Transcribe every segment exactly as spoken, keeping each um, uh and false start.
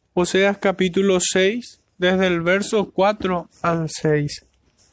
Oseas capítulo seis, desde el verso cuatro al seis.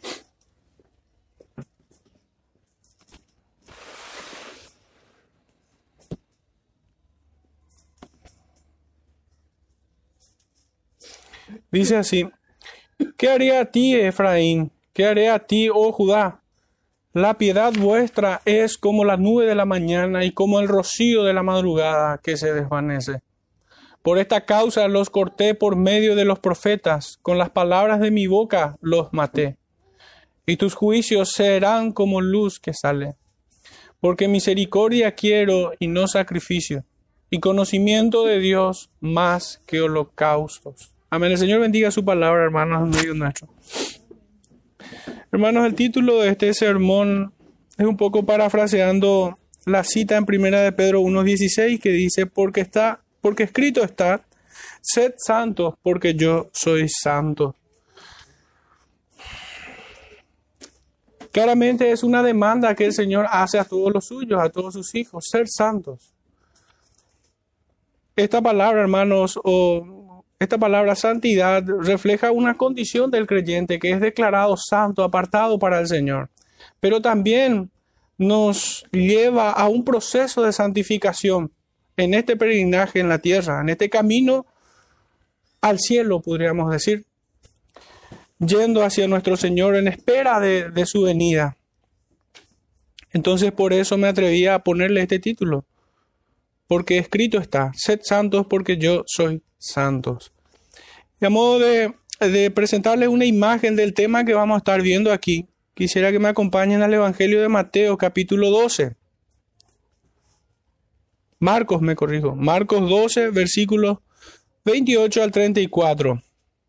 Dice así: ¿Qué haré a ti, Efraín? ¿Qué haré a ti, oh Judá? La piedad vuestra es como la nube de la mañana y como el rocío de la madrugada que se desvanece. Por esta causa los corté por medio de los profetas, con las palabras de mi boca los maté. Y tus juicios serán como luz que sale. Porque misericordia quiero y no sacrificio, y conocimiento de Dios más que holocaustos. Amén. El Señor bendiga su palabra, hermanos, en medio nuestro. Hermanos, el título de este sermón es un poco parafraseando la cita en Primera de Pedro uno dieciséis que dice: porque está, porque escrito está, sed santos, porque yo soy santo. Claramente es una demanda que el Señor hace a todos los suyos, a todos sus hijos, ser santos. Esta palabra, hermanos, o esta palabra santidad refleja una condición del creyente que es declarado santo, apartado para el Señor. Pero también nos lleva a un proceso de santificación en este peregrinaje en la tierra, en este camino al cielo, podríamos decir, yendo hacia nuestro Señor en espera de, de su venida. Entonces por eso me atreví a ponerle este título, porque escrito está: sed santos porque yo soy santos. Y a modo de, de presentarles una imagen del tema que vamos a estar viendo aquí, quisiera que me acompañen al Evangelio de Mateo, capítulo doce. Marcos, me corrijo. Marcos doce, versículos veintiocho al treinta y cuatro.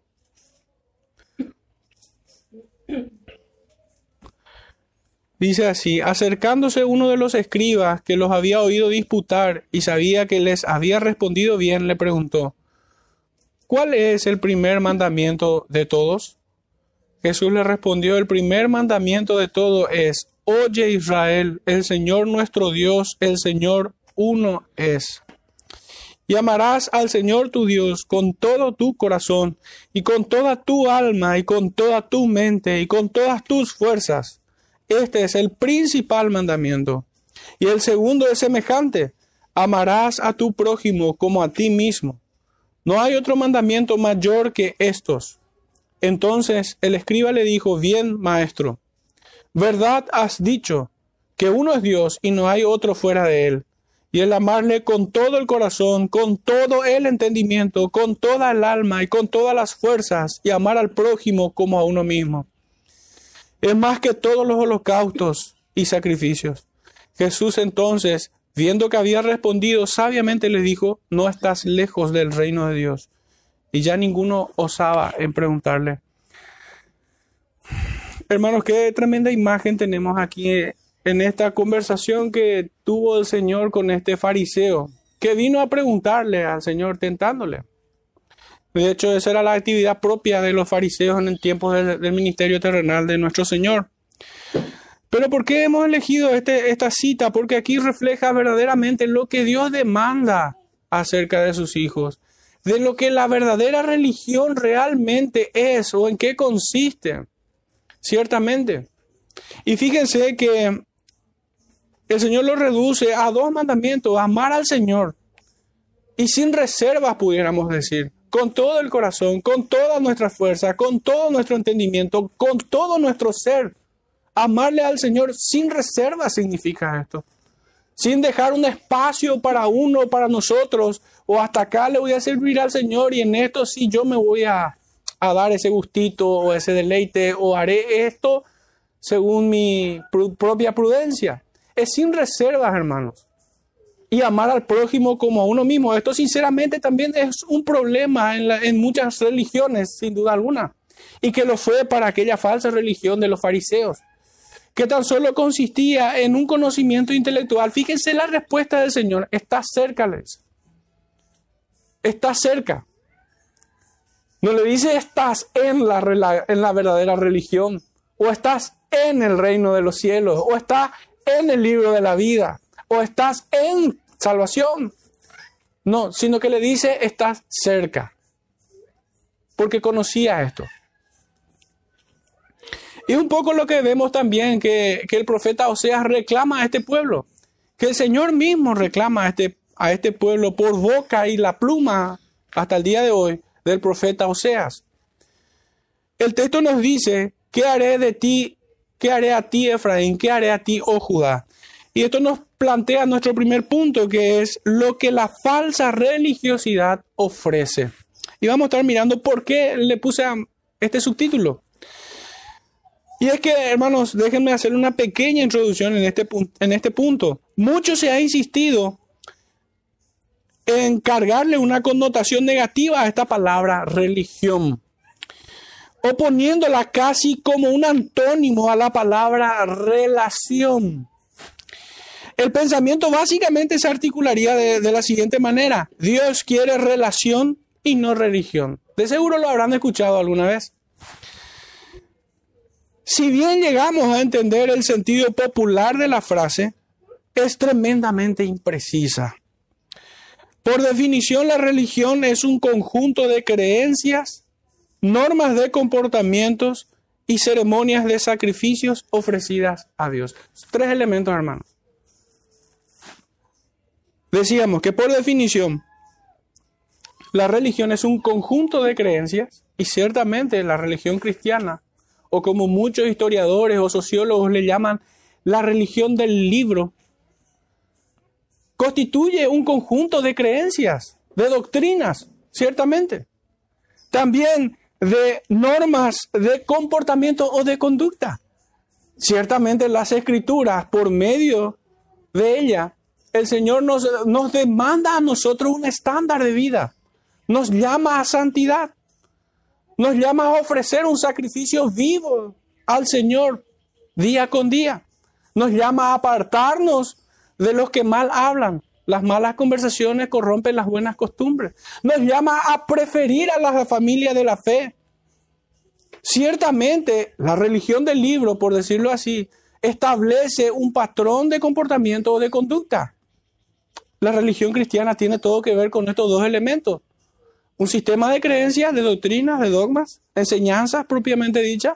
Dice así: acercándose uno de los escribas que los había oído disputar y sabía que les había respondido bien, le preguntó: ¿cuál es el primer mandamiento de todos? Jesús le respondió: el primer mandamiento de todo es: oye Israel, el Señor nuestro Dios, el Señor uno es. Y amarás al Señor tu Dios con todo tu corazón, y con toda tu alma, y con toda tu mente, y con todas tus fuerzas. Este es el principal mandamiento. Y el segundo es semejante: amarás a tu prójimo como a ti mismo. No hay otro mandamiento mayor que estos. Entonces el escriba le dijo: bien, maestro, verdad has dicho, que uno es Dios y no hay otro fuera de él. Y el amarle con todo el corazón, con todo el entendimiento, con toda el alma y con todas las fuerzas, y amar al prójimo como a uno mismo. Es más que todos los holocaustos y sacrificios. Jesús entonces, viendo que había respondido sabiamente, le dijo: no estás lejos del reino de Dios. Y ya ninguno osaba en preguntarle. Hermanos, qué tremenda imagen tenemos aquí en esta conversación que tuvo el Señor con este fariseo, que vino a preguntarle al Señor, tentándole. De hecho, esa era la actividad propia de los fariseos en el tiempo del, del ministerio terrenal de nuestro Señor. Pero ¿por qué hemos elegido este, esta cita? Porque aquí refleja verdaderamente lo que Dios demanda acerca de sus hijos, de lo que la verdadera religión realmente es o en qué consiste, ciertamente. Y fíjense que el Señor lo reduce a dos mandamientos: amar al Señor y sin reservas, pudiéramos decir, con todo el corazón, con toda nuestra fuerza, con todo nuestro entendimiento, con todo nuestro ser. Amarle al Señor sin reserva significa esto. Sin dejar un espacio para uno, para nosotros, o hasta acá le voy a servir al Señor y en esto sí yo me voy a, a dar ese gustito o ese deleite, o haré esto según mi pr- propia prudencia. Es sin reservas, hermanos. Y amar al prójimo como a uno mismo. Esto sinceramente también es un problema en, la, en muchas religiones, sin duda alguna. Y que lo fue para aquella falsa religión de los fariseos, que tan solo consistía en un conocimiento intelectual. Fíjense la respuesta del Señor: está cerca, les. Está cerca. No le dice estás en la, en la verdadera religión, o estás en el reino de los cielos, o estás en el libro de la vida, o estás en salvación. No, sino que le dice estás cerca. porque conocía esto. Y un poco lo que vemos también, que, que el profeta Oseas reclama a este pueblo, que el Señor mismo reclama a este, a este pueblo por boca y la pluma hasta el día de hoy del profeta Oseas. El texto nos dice, ¿qué haré de ti? ¿Qué haré a ti, Efraín? ¿Qué haré a ti, oh Judá? Y esto nos plantea nuestro primer punto, que es lo que la falsa religiosidad ofrece. Y vamos a estar mirando por qué le puse a este subtítulo. Y es que, hermanos, déjenme hacer una pequeña introducción en este, en este punto. Mucho se ha insistido en cargarle una connotación negativa a esta palabra religión, oponiéndola casi como un antónimo a la palabra relación. El pensamiento básicamente se articularía de, de la siguiente manera: Dios quiere relación y no religión. De seguro lo habrán escuchado alguna vez. Si bien llegamos a entender el sentido popular de la frase, es tremendamente imprecisa. Por definición, la religión es un conjunto de creencias, normas de comportamientos y ceremonias de sacrificios ofrecidas a Dios. Tres elementos, hermanos. Decíamos que por definición, la religión es un conjunto de creencias, y ciertamente la religión cristiana, o como muchos historiadores o sociólogos le llaman, la religión del libro, constituye un conjunto de creencias, de doctrinas, ciertamente. También de normas de comportamiento o de conducta. Ciertamente las Escrituras, por medio de ella, el Señor nos, nos demanda a nosotros un estándar de vida. Nos llama a santidad. Nos llama a ofrecer un sacrificio vivo al Señor día con día. Nos llama a apartarnos de los que mal hablan. Las malas conversaciones corrompen las buenas costumbres. Nos llama a preferir a la familia de la fe. Ciertamente, la religión del libro, por decirlo así, establece un patrón de comportamiento o de conducta. La religión cristiana tiene todo que ver con estos dos elementos. Un sistema de creencias, de doctrinas, de dogmas, enseñanzas propiamente dichas.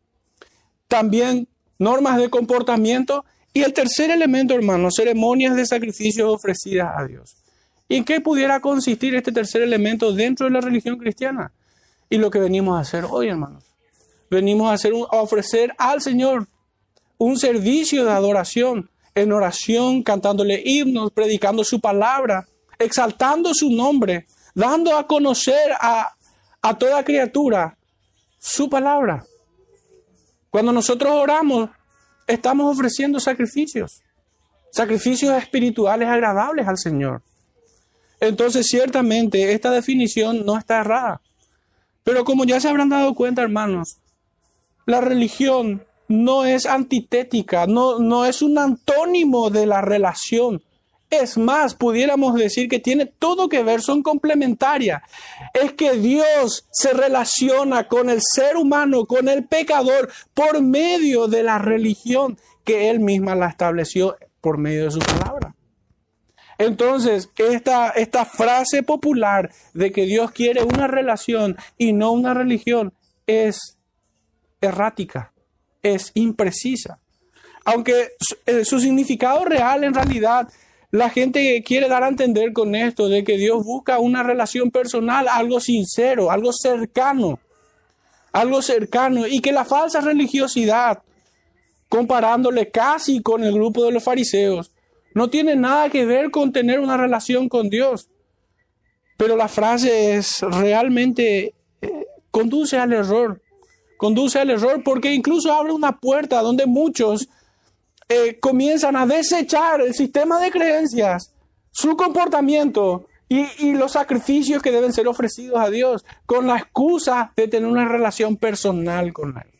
También normas de comportamiento. Y el tercer elemento, hermanos, ceremonias de sacrificios ofrecidas a Dios. ¿Y en qué pudiera consistir este tercer elemento dentro de la religión cristiana? Y lo que venimos a hacer hoy, hermanos. Venimos a, hacer un, a ofrecer al Señor un servicio de adoración, en oración, cantándole himnos, predicando su palabra, exaltando su nombre, dando a conocer a, a toda criatura su palabra. Cuando nosotros oramos, estamos ofreciendo sacrificios, sacrificios espirituales agradables al Señor. Entonces, ciertamente, esta definición no está errada. Pero como ya se habrán dado cuenta, hermanos, la religión no es antitética, no, no es un antónimo de la relación. Es más, pudiéramos decir que tiene todo que ver, son complementarias. Es que Dios se relaciona con el ser humano, con el pecador, por medio de la religión que Él misma la estableció por medio de su palabra. Entonces, esta, esta frase popular de que Dios quiere una relación y no una religión es errática, es imprecisa. Aunque su, eh, su significado real en realidad, la gente quiere dar a entender con esto de que Dios busca una relación personal, algo sincero, algo cercano, algo cercano, y que la falsa religiosidad, comparándole casi con el grupo de los fariseos, no tiene nada que ver con tener una relación con Dios. Pero la frase es realmente, eh, conduce al error, conduce al error porque incluso abre una puerta donde muchos Eh, comienzan a desechar el sistema de creencias, su comportamiento y, y los sacrificios que deben ser ofrecidos a Dios con la excusa de tener una relación personal con Él.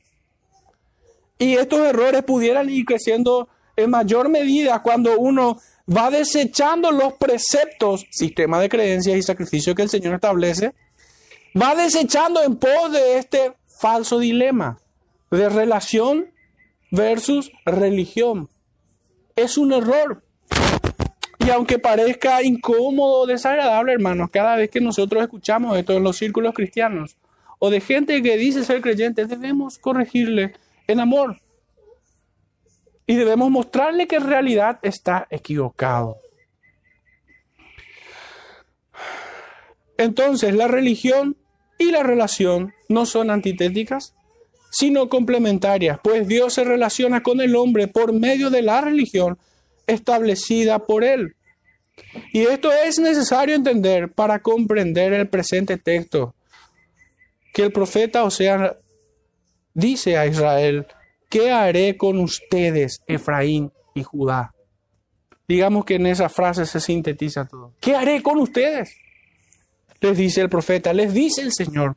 Y estos errores pudieran ir creciendo en mayor medida cuando uno va desechando los preceptos, sistema de creencias y sacrificios que el Señor establece, va desechando en pos de este falso dilema de relación versus religión. Es un error. Y aunque parezca incómodo o desagradable, hermanos, cada vez que nosotros escuchamos esto en los círculos cristianos o de gente que dice ser creyente, debemos corregirle en amor. Y debemos mostrarle que en realidad está equivocado. Entonces, la religión y la relación no son antitéticas, sino complementarias, pues Dios se relaciona con el hombre por medio de la religión establecida por él. Y esto es necesario entender para comprender el presente texto, que el profeta Oseas dice a Israel: ¿qué haré con ustedes, Efraín y Judá? Digamos que en esa frase se sintetiza todo. ¿Qué haré con ustedes?, les dice el profeta, les dice el Señor.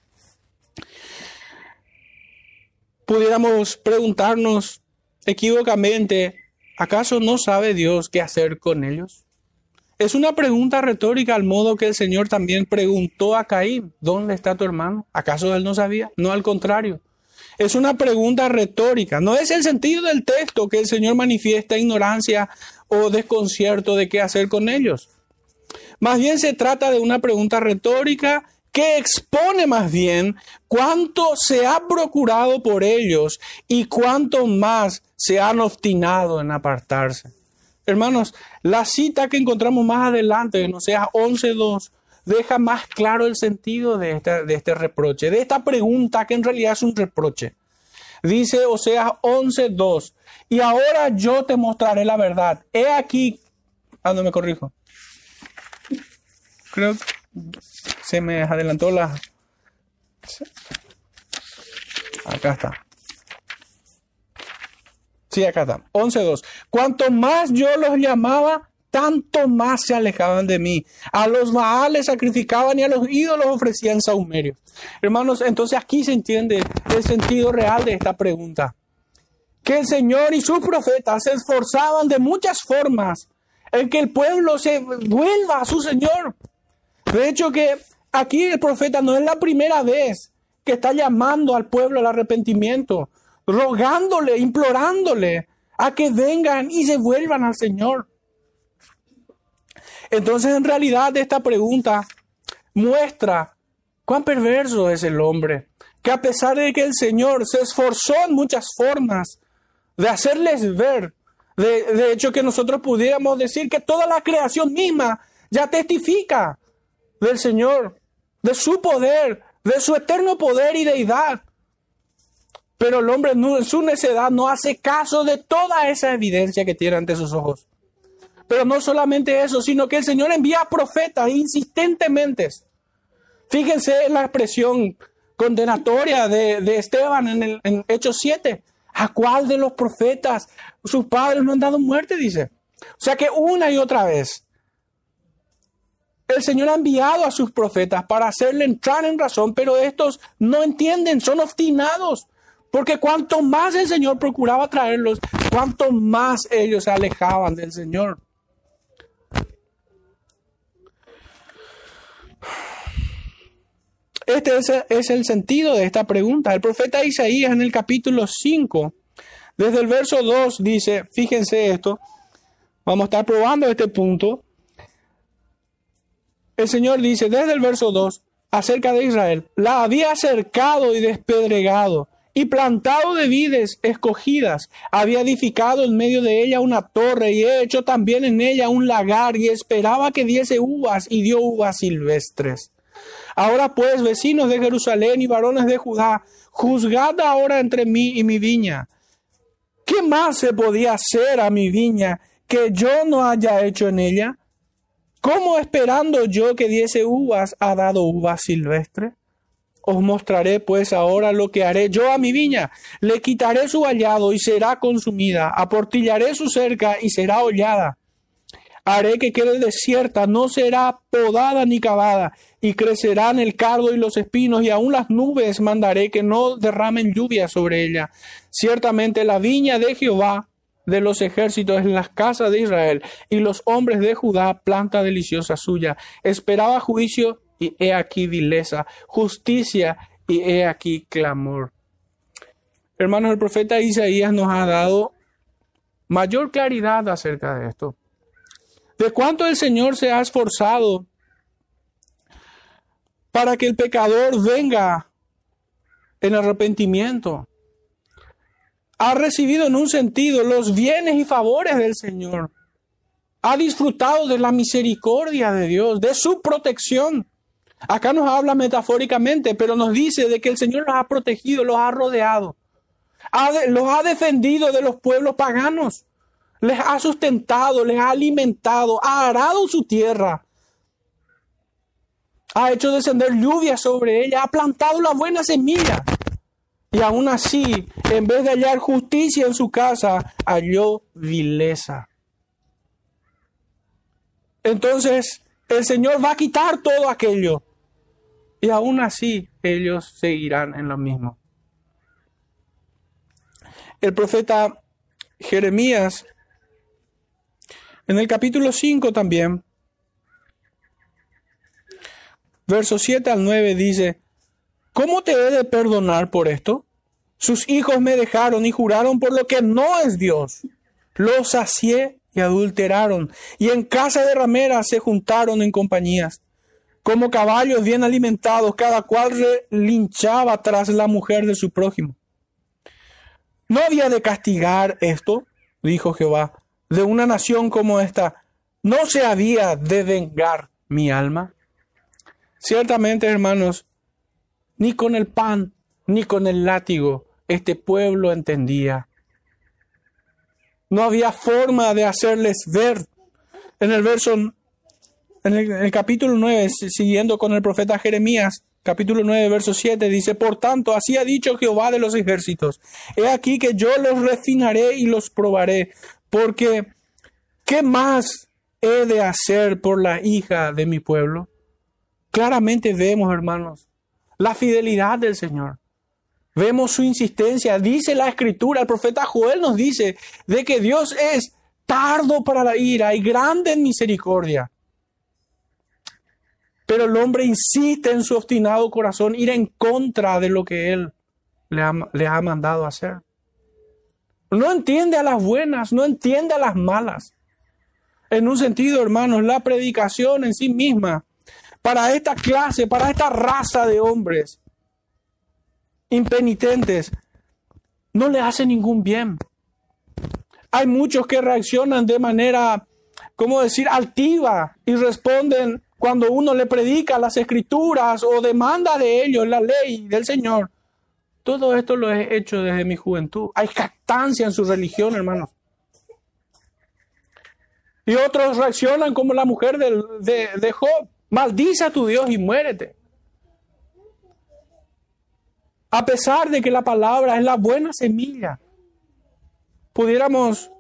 Pudiéramos preguntarnos equívocamente, ¿acaso no sabe Dios qué hacer con ellos? Es una pregunta retórica, al modo que el Señor también preguntó a Caín: ¿dónde está tu hermano? ¿Acaso él no sabía? No, al contrario. Es una pregunta retórica. No es el sentido del texto que el Señor manifiesta ignorancia o desconcierto de qué hacer con ellos. Más bien se trata de una pregunta retórica que expone más bien cuánto se ha procurado por ellos y cuánto más se han obstinado en apartarse. Hermanos, la cita que encontramos más adelante en Oseas once dos deja más claro el sentido de este, de este reproche, de esta pregunta que en realidad es un reproche. Dice Oseas once dos, y ahora yo te mostraré la verdad. He aquí, ah, no me corrijo. Creo que se me adelantó la... Acá está. Sí, acá está. once dos. Cuanto más yo los llamaba, tanto más se alejaban de mí. A los Baales sacrificaban y a los ídolos ofrecían sahumerios. Hermanos, entonces aquí se entiende el sentido real de esta pregunta. Que el Señor y sus profetas se esforzaban de muchas formas en que el pueblo se vuelva a su Señor. De hecho, que aquí el profeta no es la primera vez que está llamando al pueblo al arrepentimiento, rogándole, implorándole a que vengan y se vuelvan al Señor. Entonces, en realidad, esta pregunta muestra cuán perverso es el hombre, que a pesar de que el Señor se esforzó en muchas formas de hacerles ver, de, de hecho que nosotros pudiéramos decir que toda la creación misma ya testifica del Señor, de su poder, de su eterno poder y deidad. Pero el hombre en su necedad no hace caso de toda esa evidencia que tiene ante sus ojos. Pero no solamente eso, sino que el Señor envía profetas insistentemente. Fíjense en la expresión condenatoria de, de Esteban en, el, en Hechos siete. ¿A cuál de los profetas sus padres no han dado muerte? Dice. O sea que una y otra vez el Señor ha enviado a sus profetas para hacerle entrar en razón, pero estos no entienden, son obstinados. Porque cuanto más el Señor procuraba traerlos, cuanto más ellos se alejaban del Señor. Este es, es el sentido de esta pregunta. El profeta Isaías en el capítulo cinco, desde el verso dos, dice, fíjense esto, vamos a estar probando este punto. El Señor dice desde el verso dos acerca de Israel: la había cercado y despedregado y plantado de vides escogidas, había edificado en medio de ella una torre y he hecho también en ella un lagar y esperaba que diese uvas y dio uvas silvestres. Ahora pues, vecinos de Jerusalén y varones de Judá, juzgad ahora entre mí y mi viña. ¿Qué más se podía hacer a mi viña que yo no haya hecho en ella? ¿Cómo esperando yo que diese uvas ha dado uvas silvestres? Os mostraré pues ahora lo que haré yo a mi viña. Le quitaré su vallado y será consumida. Aportillaré su cerca y será hollada. Haré que quede desierta, no será podada ni cavada. Y crecerán el cardo y los espinos, y aún las nubes mandaré que no derramen lluvia sobre ella. Ciertamente la viña de Jehová de los ejércitos en las casas de Israel, y los hombres de Judá, planta deliciosa suya. Esperaba juicio, y he aquí vileza, justicia, y he aquí clamor. Hermanos, el profeta Isaías nos ha dado mayor claridad acerca de esto. De cuánto el Señor se ha esforzado para que el pecador venga en arrepentimiento. Ha recibido en un sentido los bienes y favores del Señor. Ha disfrutado de la misericordia de Dios, de su protección. Acá nos habla metafóricamente, pero nos dice de que el Señor los ha protegido, los ha rodeado. Ha de, los ha defendido de los pueblos paganos. Les ha sustentado, les ha alimentado, ha arado su tierra. Ha hecho descender lluvia sobre ella, ha plantado la buena semilla. Y aún así, en vez de hallar justicia en su casa, halló vileza. Entonces, el Señor va a quitar todo aquello. Y aún así, ellos seguirán en lo mismo. El profeta Jeremías, en el capítulo cinco también, versos siete al nueve dice: ¿Cómo te he de perdonar por esto? Sus hijos me dejaron y juraron por lo que no es Dios. Los sacié y adulteraron, y en casa de rameras se juntaron en compañías. Como caballos bien alimentados, cada cual relinchaba tras la mujer de su prójimo. ¿No había de castigar esto? Dijo Jehová, de una nación como esta. ¿No se había de vengar mi alma? Ciertamente, hermanos, ni con el pan, ni con el látigo, este pueblo entendía. No había forma de hacerles ver. En el verso, en el, en el capítulo nueve, siguiendo con el profeta Jeremías, capítulo nueve, verso siete, dice: Por tanto, así ha dicho Jehová de los ejércitos: He aquí que yo los refinaré y los probaré, porque ¿qué más he de hacer por la hija de mi pueblo? Claramente vemos, hermanos, la fidelidad del Señor. Vemos su insistencia. Dice la Escritura, el profeta Joel nos dice de que Dios es tardo para la ira y grande en misericordia. Pero el hombre insiste en su obstinado corazón ir en contra de lo que Él le ha, le ha mandado hacer. No entiende a las buenas, no entiende a las malas. En un sentido, hermanos, la predicación en sí misma, para esta clase, para esta raza de hombres impenitentes, no le hace ningún bien. Hay muchos que reaccionan de manera, ¿cómo decir?, altiva y responden cuando uno le predica las Escrituras o demanda de ellos la ley del Señor. Todo esto lo he hecho desde mi juventud. Hay jactancia en su religión, hermanos. Y otros reaccionan como la mujer de, de, de Job. Maldice a tu Dios y muérete. A pesar de que la palabra es la buena semilla, pudiéramos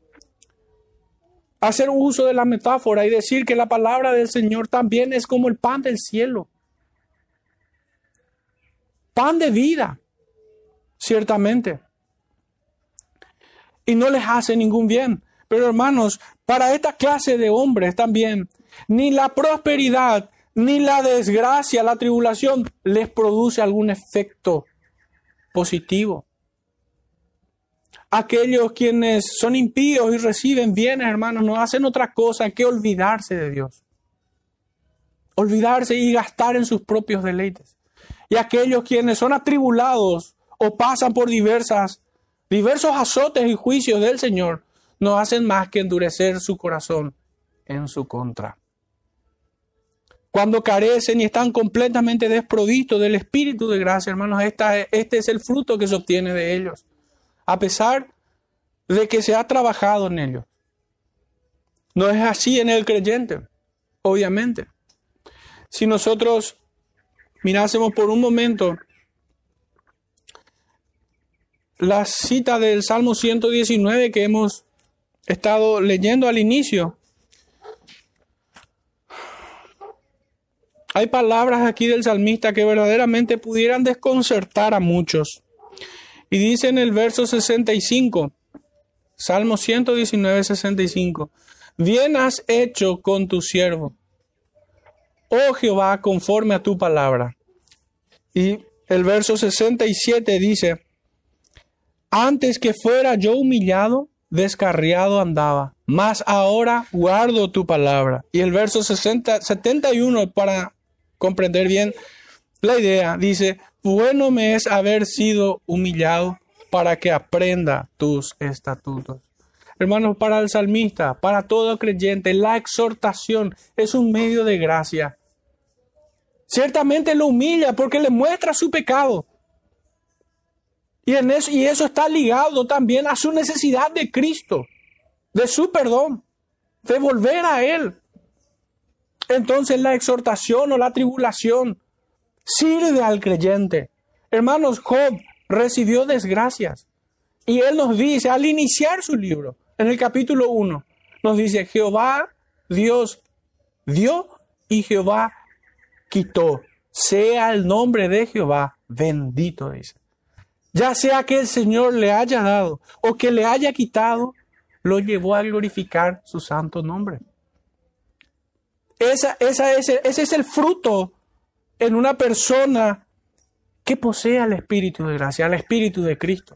hacer uso de la metáfora y decir que la palabra del Señor también es como el pan del cielo. Pan de vida, ciertamente. Y no les hace ningún bien. Pero hermanos, para esta clase de hombres también, ni la prosperidad, ni la desgracia, la tribulación, les produce algún efecto positivo. Aquellos quienes son impíos y reciben bienes, hermanos, no hacen otra cosa que olvidarse de Dios. Olvidarse y gastar en sus propios deleites. Y aquellos quienes son atribulados o pasan por diversas, diversos azotes y juicios del Señor, no hacen más que endurecer su corazón en su contra. Cuando carecen y están completamente desprovistos del Espíritu de gracia, hermanos, esta, este es el fruto que se obtiene de ellos. A pesar de que se ha trabajado en ellos. No es así en el creyente, obviamente. Si nosotros mirásemos por un momento la cita del Salmo ciento diecinueve que hemos estado leyendo al inicio, hay palabras aquí del salmista que verdaderamente pudieran desconcertar a muchos. Y dice en el verso sesenta y cinco, Salmo ciento diecinueve, sesenta y cinco, bien has hecho con tu siervo, oh Jehová, conforme a tu palabra. Y el verso sesenta y siete dice, antes que fuera yo humillado, descarriado andaba, mas ahora guardo tu palabra. Y el verso sesenta, setenta y uno, para comprender bien la idea, dice, bueno me es haber sido humillado para que aprenda tus estatutos. Hermanos, para el salmista, para todo creyente, la exhortación es un medio de gracia. Ciertamente lo humilla porque le muestra su pecado. Y, en eso, y eso está ligado también a su necesidad de Cristo, de su perdón, de volver a Él. Entonces la exhortación o la tribulación sirve al creyente. Hermanos, Job recibió desgracias. Y él nos dice, al iniciar su libro, en el capítulo uno, nos dice, Jehová, Dios dio y Jehová quitó. Sea el nombre de Jehová bendito, dice. Ya sea que el Señor le haya dado o que le haya quitado, lo llevó a glorificar su santo nombre. Esa, esa es, ese es el fruto en una persona que posee al Espíritu de gracia, al Espíritu de Cristo.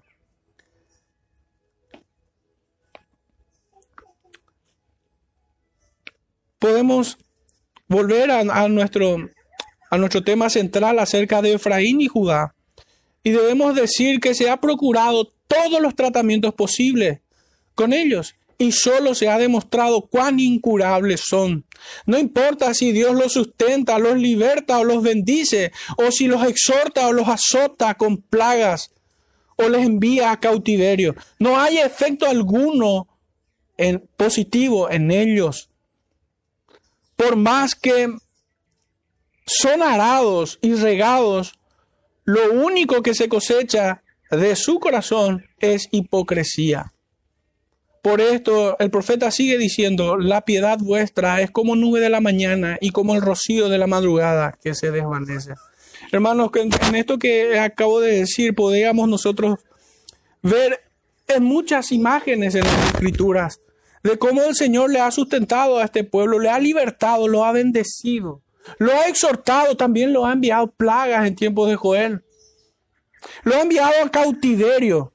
Podemos volver a, a, nuestro, a nuestro tema central acerca de Efraín y Judá. Y debemos decir que se ha procurado todos los tratamientos posibles con ellos. Y solo se ha demostrado cuán incurables son. No importa si Dios los sustenta, los liberta o los bendice, o si los exhorta o los azota con plagas, o les envía a cautiverio. No hay efecto alguno en, positivo en ellos. Por más que son arados y regados, lo único que se cosecha de su corazón es hipocresía. Por esto el profeta sigue diciendo, la piedad vuestra es como nube de la mañana y como el rocío de la madrugada que se desvanece. Hermanos, en esto que acabo de decir, podríamos nosotros ver en muchas imágenes en las Escrituras de cómo el Señor le ha sustentado a este pueblo, le ha libertado, lo ha bendecido, lo ha exhortado, también lo ha enviado plagas en tiempos de Joel, lo ha enviado al cautiverio.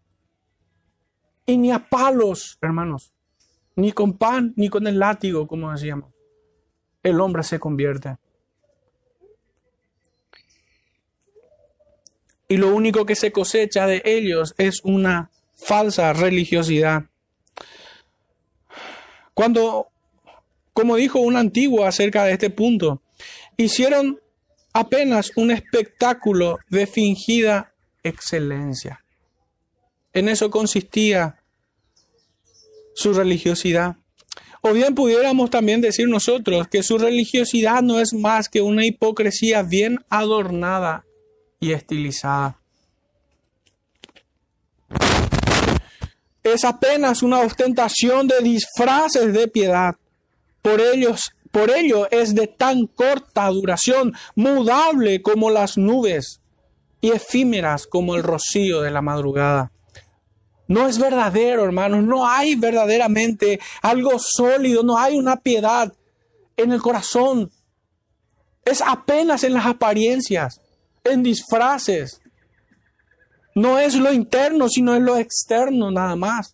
Y ni a palos, hermanos, ni con pan, ni con el látigo, como decíamos, el hombre se convierte. Y lo único que se cosecha de ellos es una falsa religiosidad. Cuando, como dijo un antiguo acerca de este punto, hicieron apenas un espectáculo de fingida excelencia. En eso consistía su religiosidad. O bien pudiéramos también decir nosotros que su religiosidad no es más que una hipocresía bien adornada y estilizada. Es apenas una ostentación de disfraces de piedad. Por ellos, por ello es de tan corta duración, mudable como las nubes y efímeras como el rocío de la madrugada. No es verdadero, hermanos, no hay verdaderamente algo sólido, no hay una piedad en el corazón. Es apenas en las apariencias, en disfraces. No es lo interno, sino es lo externo nada más.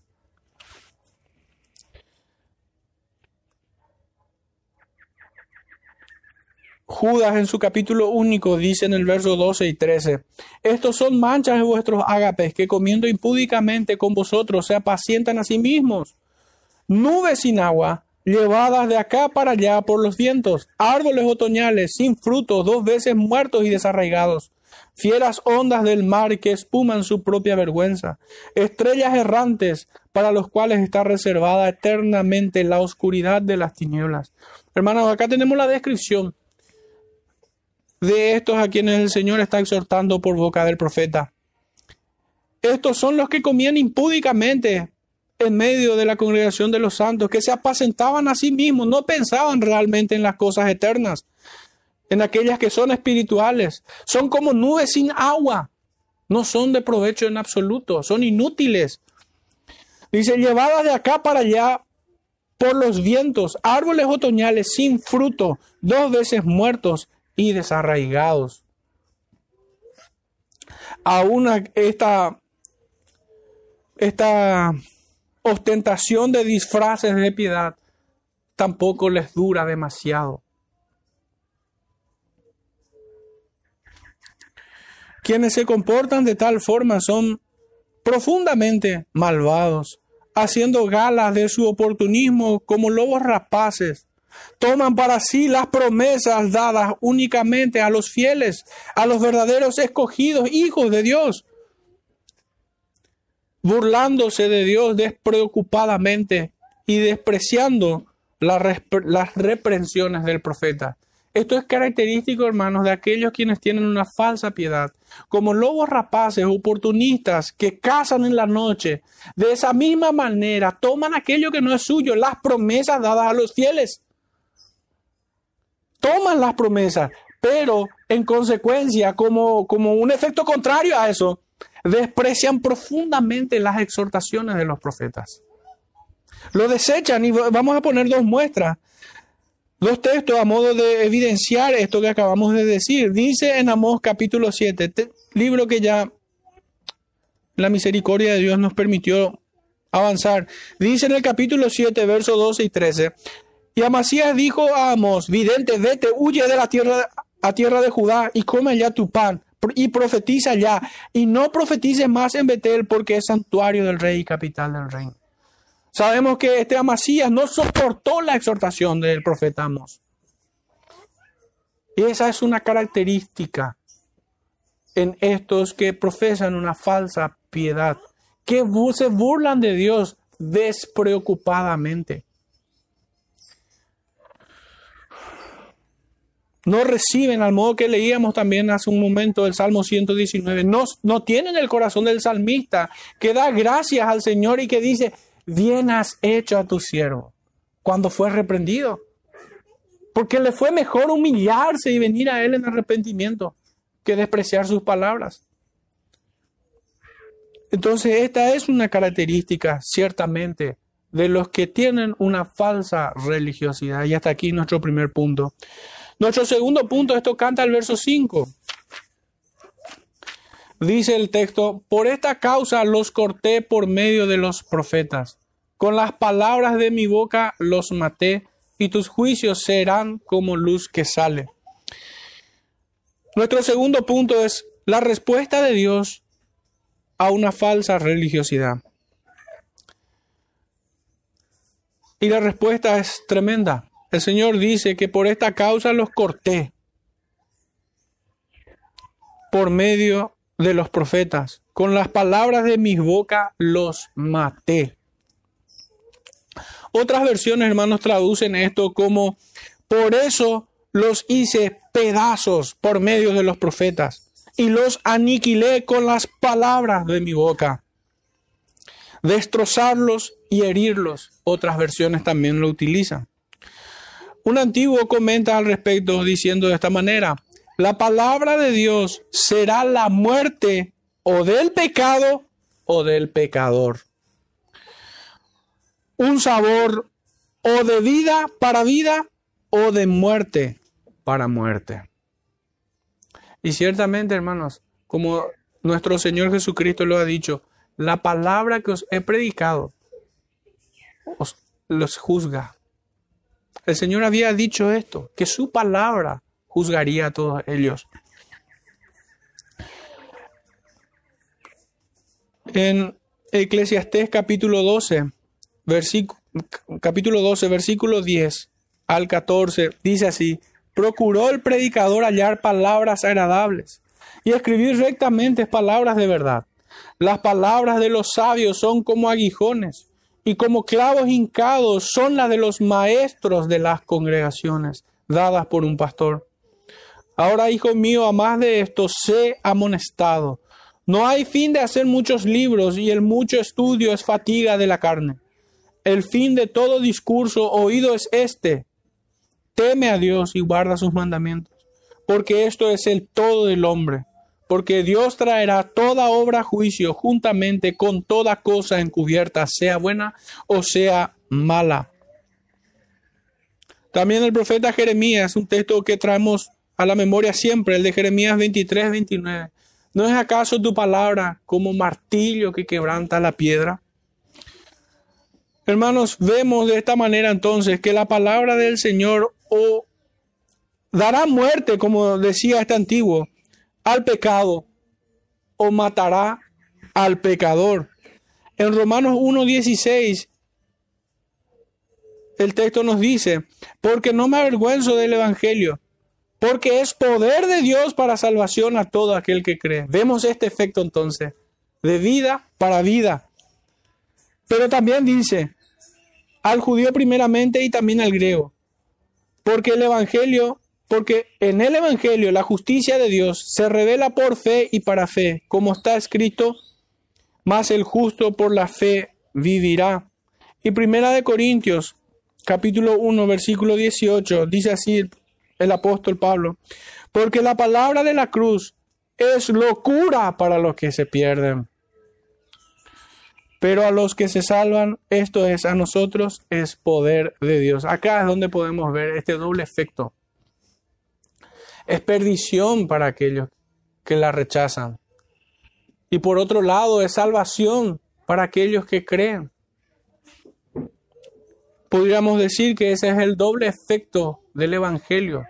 Judas en su capítulo único dice en el verso doce y trece, estos son manchas de vuestros ágapes que comiendo impúdicamente con vosotros se apacientan a sí mismos. Nubes sin agua, llevadas de acá para allá por los vientos, árboles otoñales sin fruto, dos veces muertos y desarraigados, fieras ondas del mar que espuman su propia vergüenza, estrellas errantes para los cuales está reservada eternamente la oscuridad de las tinieblas. Hermanos, acá tenemos la descripción de estos a quienes el Señor está exhortando por boca del profeta. Estos son los que comían impúdicamente en medio de la congregación de los santos, que se apacentaban a sí mismos, no pensaban realmente en las cosas eternas, en aquellas que son espirituales. Son como nubes sin agua, no son de provecho en absoluto, son inútiles. Dice, llevadas de acá para allá por los vientos, árboles otoñales sin fruto, dos veces muertos y desarraigados. Aún esta, esta ostentación de disfraces de piedad tampoco les dura demasiado. Quienes se comportan de tal forma son profundamente malvados, haciendo galas de su oportunismo como lobos rapaces. Toman para sí las promesas dadas únicamente a los fieles, a los verdaderos escogidos, hijos de Dios, burlándose de Dios despreocupadamente y despreciando las, repre- las reprensiones del profeta. Esto es característico, hermanos, de aquellos quienes tienen una falsa piedad, como lobos rapaces, oportunistas, que cazan en la noche. De esa misma manera, toman aquello que no es suyo, las promesas dadas a los fieles. Toman las promesas, pero en consecuencia, como, como un efecto contrario a eso, desprecian profundamente las exhortaciones de los profetas. Lo desechan y vamos a poner dos muestras. Dos textos a modo de evidenciar esto que acabamos de decir. Dice en Amós capítulo siete, te, libro que ya la misericordia de Dios nos permitió avanzar. Dice en el capítulo siete, versos doce y trece, y Amasías dijo a Amós, vidente, vete, huye de la tierra a tierra de Judá y come allá tu pan y profetiza allá, y no profetices más en Betel porque es santuario del rey y capital del reino. Sabemos que este Amasías no soportó la exhortación del profeta Amós. Y esa es una característica en estos que profesan una falsa piedad, que se burlan de Dios despreocupadamente. No reciben, al modo que leíamos también hace un momento el Salmo ciento diecinueve, no, no tienen el corazón del salmista que da gracias al Señor y que dice, bien has hecho a tu siervo cuando fue reprendido, porque le fue mejor humillarse y venir a él en arrepentimiento que despreciar sus palabras. Entonces esta es una característica ciertamente de los que tienen una falsa religiosidad. Y hasta aquí nuestro primer punto. Nuestro segundo punto, esto canta el verso cinco. Dice el texto, por esta causa los corté por medio de los profetas. Con las palabras de mi boca los maté, y tus juicios serán como luz que sale. Nuestro segundo punto es la respuesta de Dios a una falsa religiosidad. Y la respuesta es tremenda. El Señor dice que por esta causa los corté por medio de los profetas. Con las palabras de mi boca los maté. Otras versiones, hermanos, traducen esto como por eso los hice pedazos por medio de los profetas y los aniquilé con las palabras de mi boca. Destrozarlos y herirlos. Otras versiones también lo utilizan. Un antiguo comenta al respecto diciendo de esta manera, la palabra de Dios será la muerte o del pecado o del pecador. Un sabor o de vida para vida o de muerte para muerte. Y ciertamente, hermanos, como nuestro Señor Jesucristo lo ha dicho, la palabra que os he predicado os los juzga. El Señor había dicho esto, que su palabra juzgaría a todos ellos. En Eclesiastés capítulo doce, versículo, capítulo doce, versículo diez al catorce, dice así, procuró el predicador hallar palabras agradables y escribir rectamente palabras de verdad. Las palabras de los sabios son como aguijones, y como clavos hincados son las de los maestros de las congregaciones, dadas por un pastor. Ahora, hijo mío, a más de esto, sé amonestado. No hay fin de hacer muchos libros, y el mucho estudio es fatiga de la carne. El fin de todo discurso oído es este: teme a Dios y guarda sus mandamientos, porque esto es el todo del hombre. Porque Dios traerá toda obra a juicio juntamente con toda cosa encubierta, sea buena o sea mala. También el profeta Jeremías, un texto que traemos a la memoria siempre, el de Jeremías veintitrés, veintinueve. ¿No es acaso tu palabra como martillo que quebranta la piedra? Hermanos, vemos de esta manera entonces que la palabra del Señor o dará muerte, como decía este antiguo, al pecado, o matará al pecador. En Romanos uno dieciséis, el texto nos dice, porque no me avergüenzo del Evangelio, porque es poder de Dios para salvación a todo aquel que cree. Vemos este efecto entonces, de vida para vida. Pero también dice, al judío primeramente y también al griego, porque el Evangelio, porque en el Evangelio la justicia de Dios se revela por fe y para fe, como está escrito, mas el justo por la fe vivirá. Y Primera de Corintios, capítulo uno, versículo dieciocho, dice así el apóstol Pablo, porque la palabra de la cruz es locura para los que se pierden, pero a los que se salvan, esto es a nosotros, es poder de Dios. Acá es donde podemos ver este doble efecto. Es perdición para aquellos que la rechazan. Y por otro lado, es salvación para aquellos que creen. Podríamos decir que ese es el doble efecto del Evangelio.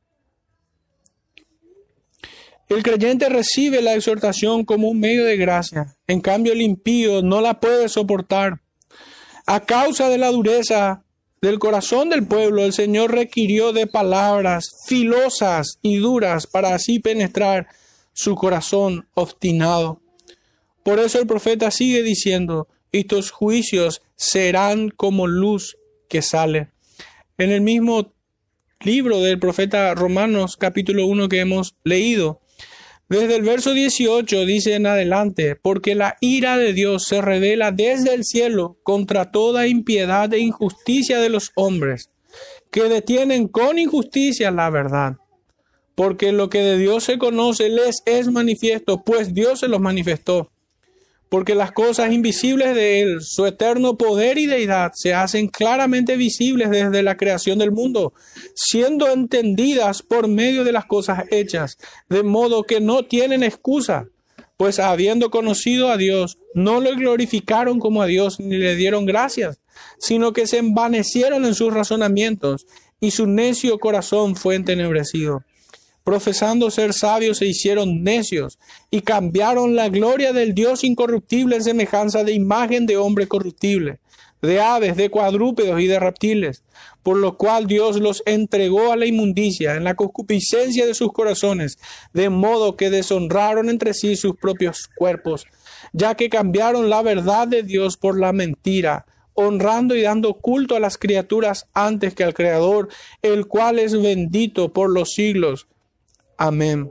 El creyente recibe la exhortación como un medio de gracia. En cambio, el impío no la puede soportar. A causa de la dureza del corazón del pueblo, el Señor requirió de palabras filosas y duras para así penetrar su corazón obstinado. Por eso el profeta sigue diciendo, estos juicios serán como luz que sale. En el mismo libro del profeta Romanos, capítulo uno que hemos leído, desde el verso dieciocho dice en adelante, porque la ira de Dios se revela desde el cielo contra toda impiedad e injusticia de los hombres, que detienen con injusticia la verdad. Porque lo que de Dios se conoce les es manifiesto, pues Dios se los manifestó. Porque las cosas invisibles de Él, su eterno poder y deidad, se hacen claramente visibles desde la creación del mundo, siendo entendidas por medio de las cosas hechas, de modo que no tienen excusa, pues habiendo conocido a Dios, no lo glorificaron como a Dios ni le dieron gracias, sino que se envanecieron en sus razonamientos, y su necio corazón fue entenebrecido. Profesando ser sabios se hicieron necios y cambiaron la gloria del Dios incorruptible en semejanza de imagen de hombre corruptible, de aves, de cuadrúpedos y de reptiles, por lo cual Dios los entregó a la inmundicia en la concupiscencia de sus corazones, de modo que deshonraron entre sí sus propios cuerpos, ya que cambiaron la verdad de Dios por la mentira, honrando y dando culto a las criaturas antes que al Creador, el cual es bendito por los siglos. Amén.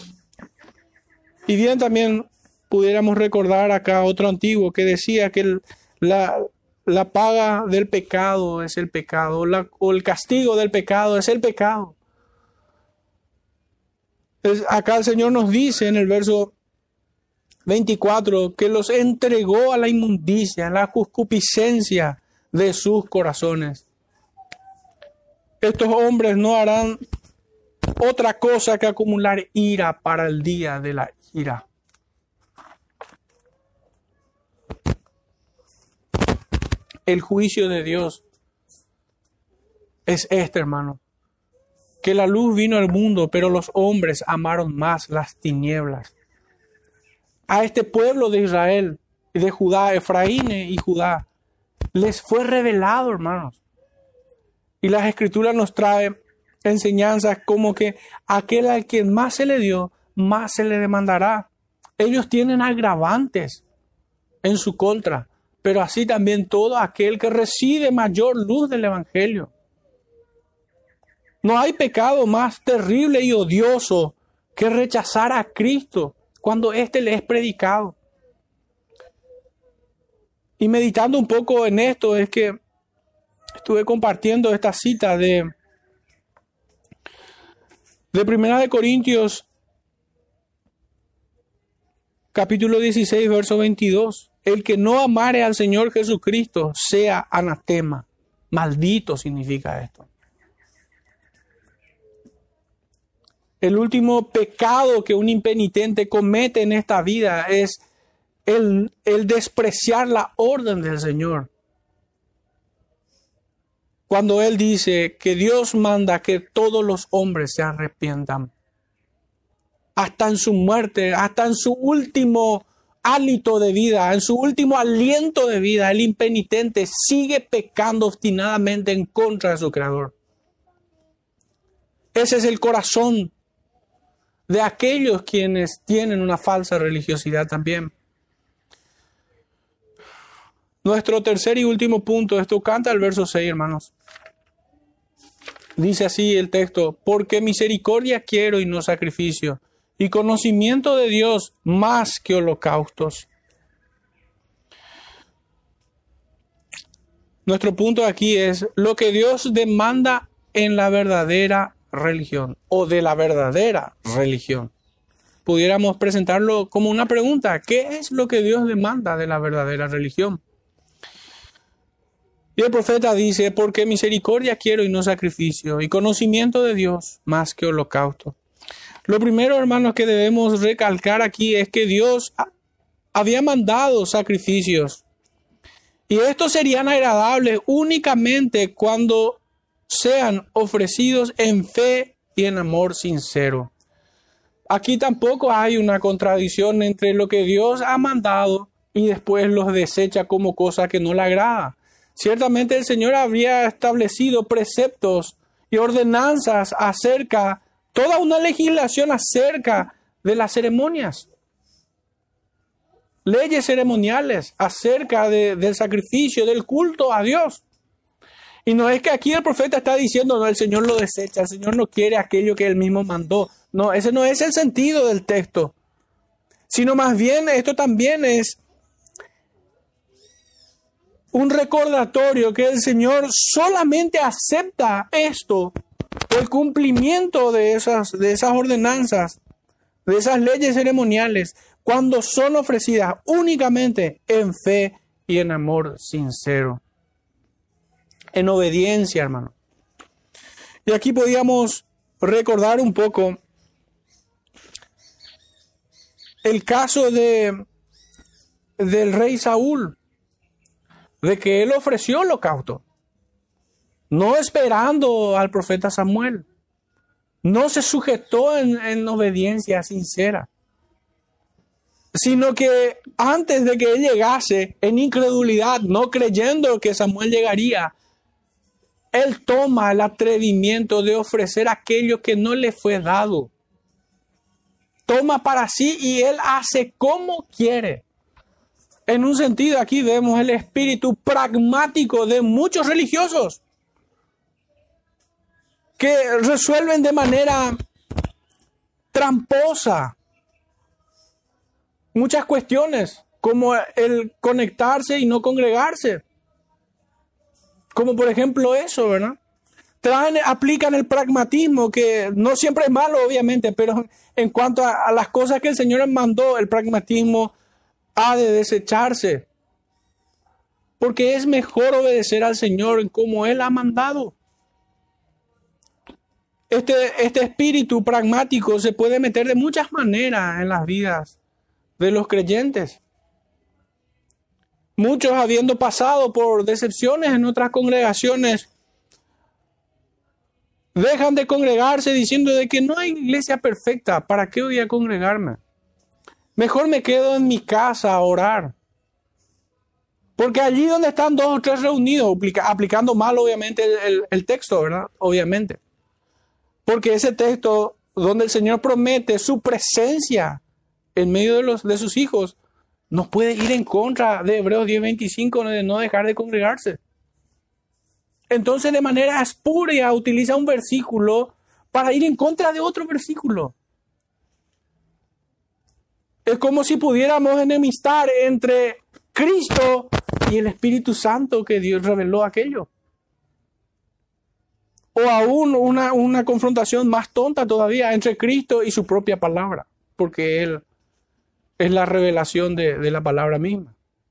Y bien, también pudiéramos recordar acá otro antiguo que decía que el, la, la paga del pecado es el pecado, la, o el castigo del pecado es el pecado. Es, acá el Señor nos dice en el verso veinticuatro que los entregó a la inmundicia, a la concupiscencia de sus corazones. Estos hombres no harán otra cosa que acumular ira para el día de la ira. El juicio de Dios es este, hermano, que la luz vino al mundo, pero los hombres amaron más las tinieblas. A este pueblo de Israel, de Judá, Efraín y Judá, les fue revelado, hermanos. Y las Escrituras nos traen enseñanzas como que aquel al quien más se le dio, más se le demandará. Ellos tienen agravantes en su contra, pero así también todo aquel que recibe mayor luz del Evangelio. No hay pecado más terrible y odioso que rechazar a Cristo cuando éste le es predicado. Y meditando un poco en esto, es que estuve compartiendo esta cita de De Primera de Corintios, capítulo dieciséis, verso veintidós. El que no amare al Señor Jesucristo sea anatema. Maldito significa esto. El último pecado que un impenitente comete en esta vida es el, el despreciar la orden del Señor. Cuando Él dice que Dios manda que todos los hombres se arrepientan. hasta en su muerte, hasta en su último hálito de vida, en su último aliento de vida, el impenitente sigue pecando obstinadamente en contra de su Creador. Ese es el corazón de aquellos quienes tienen una falsa religiosidad también. Nuestro tercer y último punto, esto canta el verso seis, hermanos. Dice así el texto: porque misericordia quiero y no sacrificio, y conocimiento de Dios más que holocaustos. Nuestro punto aquí es lo que Dios demanda en la verdadera religión, o de la verdadera religión. Pudiéramos presentarlo como una pregunta: ¿qué es lo que Dios demanda de la verdadera religión? Y el profeta dice: porque misericordia quiero y no sacrificio, y conocimiento de Dios más que holocausto. Lo primero, hermanos, que debemos recalcar aquí es que Dios había mandado sacrificios, y estos serían agradables únicamente cuando sean ofrecidos en fe y en amor sincero. Aquí tampoco hay una contradicción entre lo que Dios ha mandado y después los desecha como cosa que no le agrada. Ciertamente el Señor había establecido preceptos y ordenanzas acerca, toda una legislación acerca de las ceremonias. Leyes ceremoniales acerca de, del sacrificio, del culto a Dios. Y no es que aquí el profeta está diciendo, no, el Señor lo desecha, el Señor no quiere aquello que Él mismo mandó. No, ese no es el sentido del texto. Sino más bien esto también es un recordatorio que el Señor solamente acepta esto, el cumplimiento de esas, de esas ordenanzas, de esas leyes ceremoniales, cuando son ofrecidas únicamente en fe y en amor sincero, en obediencia, hermano. Y aquí podíamos recordar un poco el caso de, del rey Saúl, de que él ofreció holocausto, no esperando al profeta Samuel, no se sujetó en, en obediencia sincera, sino que antes de que él llegase en incredulidad, no creyendo que Samuel llegaría, él toma el atrevimiento de ofrecer aquello que no le fue dado. Toma para sí y él hace como quiere. En un sentido, aquí vemos el espíritu pragmático de muchos religiosos que resuelven de manera tramposa muchas cuestiones, como el conectarse y no congregarse. Como por ejemplo eso, ¿verdad? Traen, aplican el pragmatismo, que no siempre es malo, obviamente, pero en cuanto a, a las cosas que el Señor mandó, el pragmatismo ha de desecharse, porque es mejor obedecer al Señor en como Él ha mandado. Este, este espíritu pragmático se puede meter de muchas maneras en las vidas de los creyentes. Muchos, habiendo pasado por decepciones en otras congregaciones, dejan de congregarse diciendo de que no hay iglesia perfecta, ¿para qué voy a congregarme? Mejor me quedo en mi casa a orar. Porque allí donde están dos o tres reunidos, aplica, aplicando mal obviamente el, el, el texto, ¿verdad? Obviamente. Porque ese texto donde el Señor promete su presencia en medio de, los, de sus hijos, no puede ir en contra de Hebreos diez veinticinco de no dejar de congregarse. Entonces de manera espuria utiliza un versículo para ir en contra de otro versículo. Es como si pudiéramos enemistar entre Cristo y el Espíritu Santo que Dios reveló aquello. O aún una, una confrontación más tonta todavía entre Cristo y su propia palabra, porque Él es la revelación de, de la palabra misma.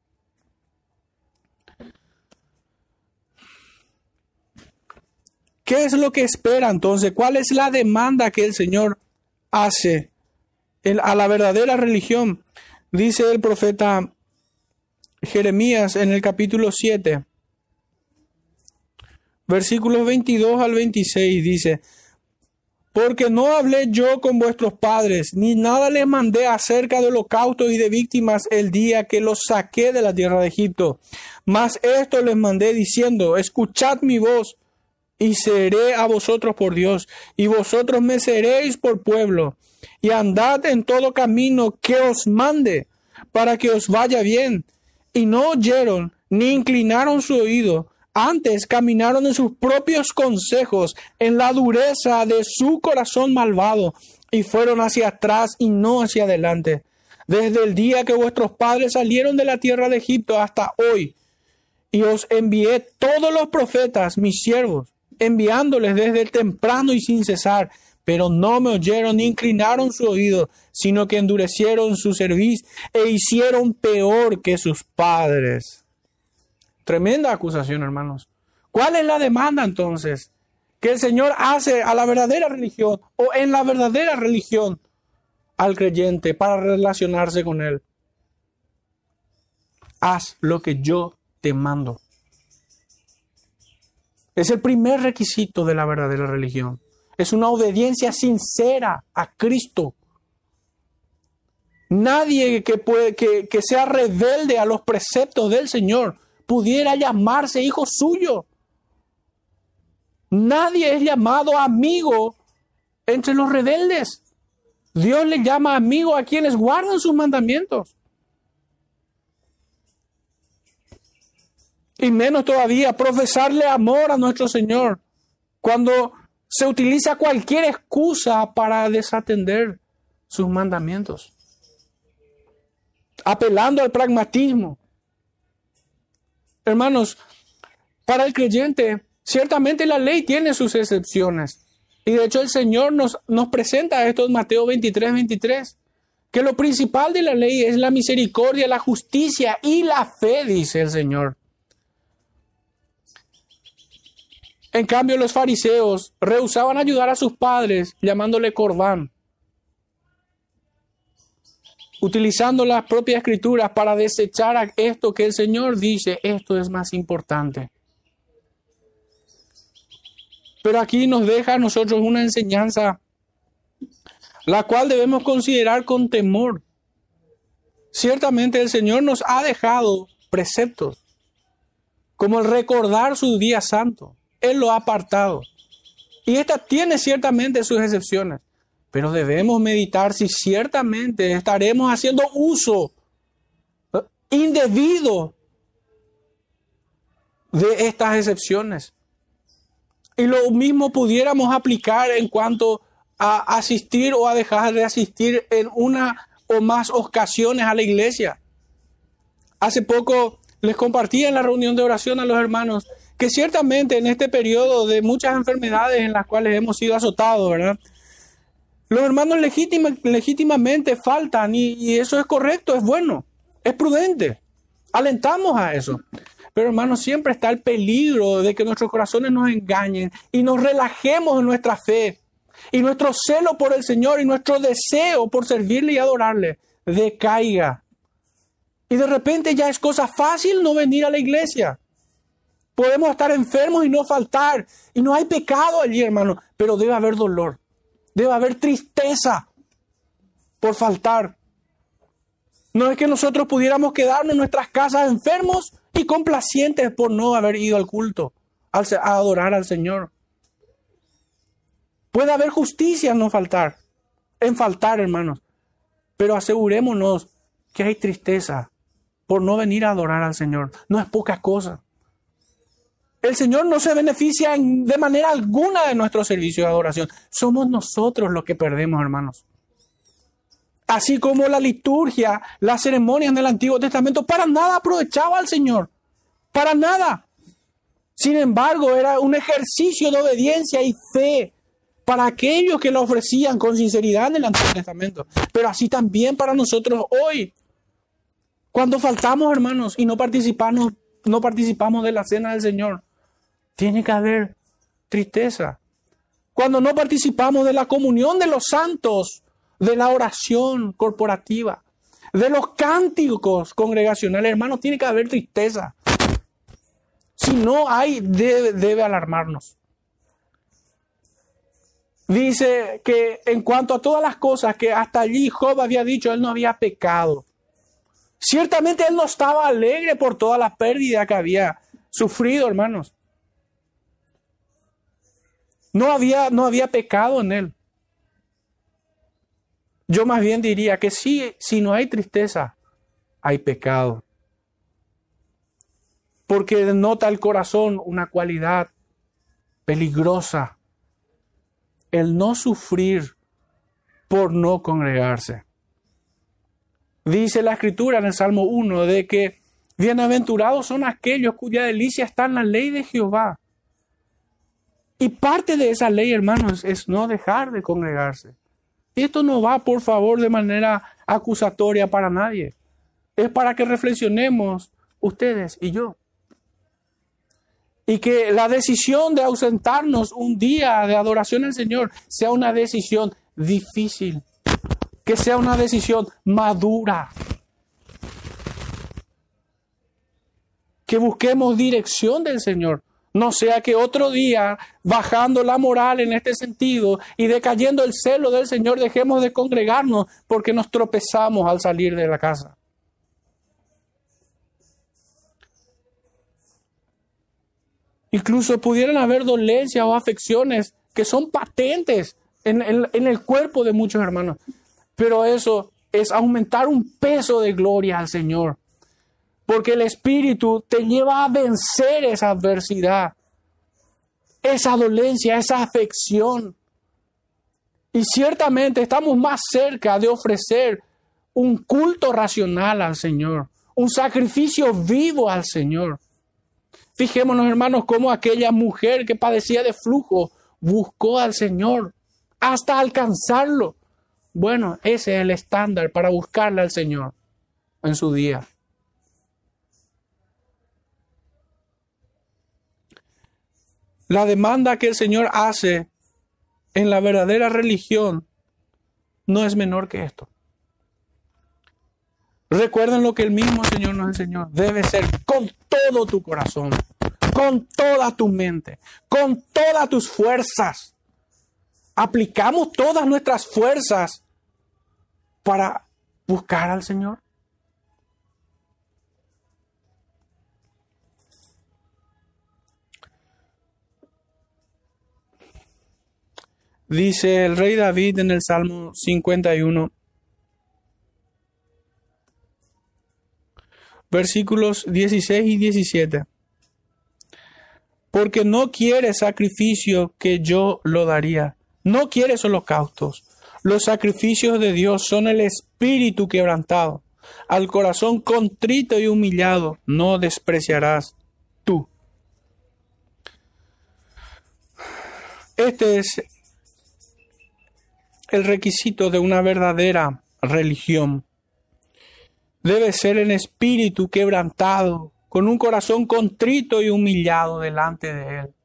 ¿Qué es lo que espera entonces? ¿Cuál es la demanda que el Señor hace a la verdadera religión? Dice el profeta Jeremías en el capítulo siete, versículos veintidós al veintiséis, dice: Porque no hablé yo con vuestros padres, ni nada les mandé acerca de holocaustos y de víctimas el día que los saqué de la tierra de Egipto. Mas esto les mandé diciendo, escuchad mi voz, y seré a vosotros por Dios, y vosotros me seréis por pueblo, y andad en todo camino que os mande, para que os vaya bien. Y no oyeron, ni inclinaron su oído, antes caminaron en sus propios consejos, en la dureza de su corazón malvado, y fueron hacia atrás y no hacia adelante. Desde el día que vuestros padres salieron de la tierra de Egipto hasta hoy, y os envié todos los profetas, mis siervos, enviándoles desde el temprano y sin cesar, pero no me oyeron ni inclinaron su oído, sino que endurecieron su cerviz e hicieron peor que sus padres. Tremenda acusación, hermanos. ¿Cuál es la demanda entonces que el Señor hace a la verdadera religión o en la verdadera religión al creyente para relacionarse con Él? Haz lo que yo te mando. Es el primer requisito de la verdadera religión. Es una obediencia sincera a Cristo. Nadie que, puede, que, que sea rebelde a los preceptos del Señor pudiera llamarse hijo suyo. Nadie es llamado amigo entre los rebeldes. Dios le llama amigo a quienes guardan sus mandamientos. Y menos todavía profesarle amor a nuestro Señor cuando se utiliza cualquier excusa para desatender sus mandamientos, apelando al pragmatismo. Hermanos, para el creyente, ciertamente la ley tiene sus excepciones. Y de hecho el Señor nos, nos presenta esto en Mateo veintitrés, veintitrés, que lo principal de la ley es la misericordia, la justicia y la fe, dice el Señor. En cambio, los fariseos rehusaban ayudar a sus padres llamándole Corbán, utilizando las propias escrituras para desechar esto que el Señor dice, esto es más importante. Pero aquí nos deja a nosotros una enseñanza, la cual debemos considerar con temor. Ciertamente el Señor nos ha dejado preceptos, como el recordar su día santo. Él lo ha apartado. Y esta tiene ciertamente sus excepciones. Pero debemos meditar si ciertamente estaremos haciendo uso indebido de estas excepciones. Y lo mismo pudiéramos aplicar en cuanto a asistir o a dejar de asistir en una o más ocasiones a la iglesia. Hace poco les compartí en la reunión de oración a los hermanos que ciertamente en este periodo de muchas enfermedades en las cuales hemos sido azotados, ¿verdad? Los hermanos legítima, legítimamente faltan y, y eso es correcto, es bueno, es prudente. Alentamos a eso. Pero hermanos, siempre está el peligro de que nuestros corazones nos engañen y nos relajemos en nuestra fe. Y nuestro celo por el Señor y nuestro deseo por servirle y adorarle decaiga. Y de repente ya es cosa fácil no venir a la iglesia. Podemos estar enfermos y no faltar. Y no hay pecado allí, hermano. Pero debe haber dolor. Debe haber tristeza por faltar. No es que nosotros pudiéramos quedarnos en nuestras casas enfermos y complacientes por no haber ido al culto, a adorar al Señor. Puede haber justicia en no faltar, en faltar, hermanos. Pero asegurémonos que hay tristeza por no venir a adorar al Señor. No es poca cosa. El Señor no se beneficia en, de manera alguna de nuestro servicio de adoración. Somos nosotros los que perdemos, hermanos. Así como la liturgia, las ceremonias del Antiguo Testamento, para nada aprovechaba al Señor. Para nada. Sin embargo, era un ejercicio de obediencia y fe para aquellos que lo ofrecían con sinceridad en el Antiguo Testamento. Pero así también para nosotros hoy. Cuando faltamos, hermanos, y no participamos, no participamos de la cena del Señor, tiene que haber tristeza. Cuando no participamos de la comunión de los santos, de la oración corporativa, de los cánticos congregacionales, hermanos, tiene que haber tristeza. Si no hay, debe, debe alarmarnos. Dice que en cuanto a todas las cosas que hasta allí Job había dicho, él no había pecado. Ciertamente él no estaba alegre por toda la pérdida que había sufrido, hermanos. No había, no había pecado en él. Yo más bien diría que sí, si no hay tristeza, hay pecado. Porque denota el corazón una cualidad peligrosa. El no sufrir por no congregarse. Dice la Escritura en el Salmo uno de que bienaventurados son aquellos cuya delicia está en la ley de Jehová. Y parte de esa ley, hermanos, es no dejar de congregarse. Y esto no va, por favor, de manera acusatoria para nadie. Es para que reflexionemos ustedes y yo. Y que la decisión de ausentarnos un día de adoración al Señor sea una decisión difícil. Que sea una decisión madura. Que busquemos dirección del Señor. No sea que otro día, bajando la moral en este sentido y decayendo el celo del Señor, dejemos de congregarnos porque nos tropezamos al salir de la casa. Incluso pudieran haber dolencias o afecciones que son patentes en, en, en el cuerpo de muchos hermanos. Pero eso es aumentar un peso de gloria al Señor. Porque el Espíritu te lleva a vencer esa adversidad, esa dolencia, esa afección. Y ciertamente estamos más cerca de ofrecer un culto racional al Señor, un sacrificio vivo al Señor. Fijémonos, hermanos, cómo aquella mujer que padecía de flujo buscó al Señor hasta alcanzarlo. Bueno, ese es el estándar para buscarle al Señor en su día. La demanda que el Señor hace en la verdadera religión no es menor que esto. Recuerden lo que el mismo Señor nos enseñó. Debe ser con todo tu corazón, con toda tu mente, con todas tus fuerzas. ¿Aplicamos todas nuestras fuerzas para buscar al Señor? Dice el rey David en el Salmo cincuenta y uno, versículos dieciséis y diecisiete. Porque no quiere sacrificio que yo lo daría. No quieres holocaustos. Los sacrificios de Dios son el espíritu quebrantado. Al corazón contrito y humillado no despreciarás tú. Este es el requisito de una verdadera religión. Debe ser en espíritu quebrantado, con un corazón contrito y humillado delante de Él.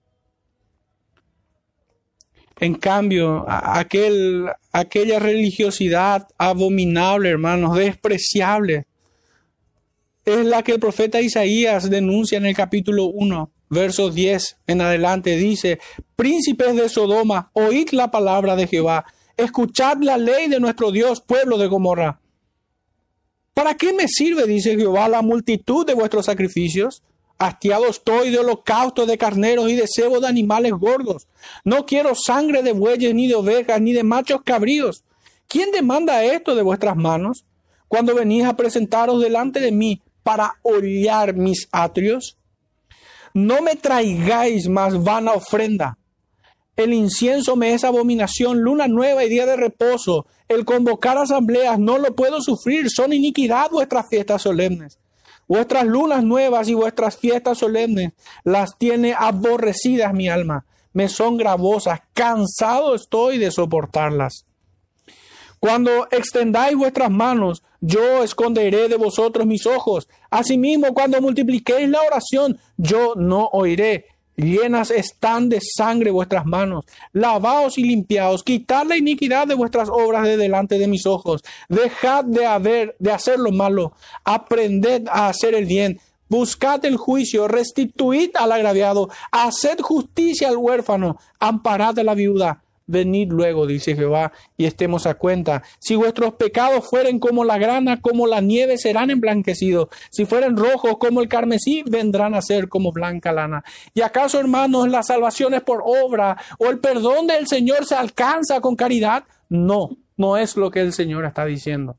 En cambio, aquel, aquella religiosidad abominable, hermanos, despreciable, es la que el profeta Isaías denuncia en el capítulo uno, versos diez en adelante. Dice: príncipes de Sodoma, oíd la palabra de Jehová. Escuchad la ley de nuestro Dios, pueblo de Gomorra. ¿Para qué me sirve, dice Jehová, la multitud de vuestros sacrificios? Hastiado estoy de holocaustos de carneros y de cebo de animales gordos. No quiero sangre de bueyes, ni de ovejas, ni de machos cabríos. ¿Quién demanda esto de vuestras manos cuando venís a presentaros delante de mí para hollar mis atrios? No me traigáis más vana ofrenda. El incienso me es abominación, luna nueva y día de reposo. El convocar asambleas no lo puedo sufrir, son iniquidad vuestras fiestas solemnes. Vuestras lunas nuevas y vuestras fiestas solemnes las tiene aborrecidas mi alma. Me son gravosas, cansado estoy de soportarlas. Cuando extendáis vuestras manos, yo esconderé de vosotros mis ojos. Asimismo, cuando multipliquéis la oración, yo no oiré. Llenas están de sangre vuestras manos. Lavaos y limpiaos. Quitad la iniquidad de vuestras obras de delante de mis ojos. Dejad de haber, de hacer lo malo. Aprended a hacer el bien. Buscad el juicio. Restituid al agraviado. Haced justicia al huérfano. Amparad a la viuda. venid luego, dice Jehová, y estemos a cuenta. Si vuestros pecados fueren como la grana, como la nieve, serán emblanquecidos. Si fueren rojos como el carmesí, vendrán a ser como blanca lana. ¿Y acaso, hermanos, la salvación es por obra o el perdón del Señor se alcanza con caridad? No, no es lo que el Señor está diciendo.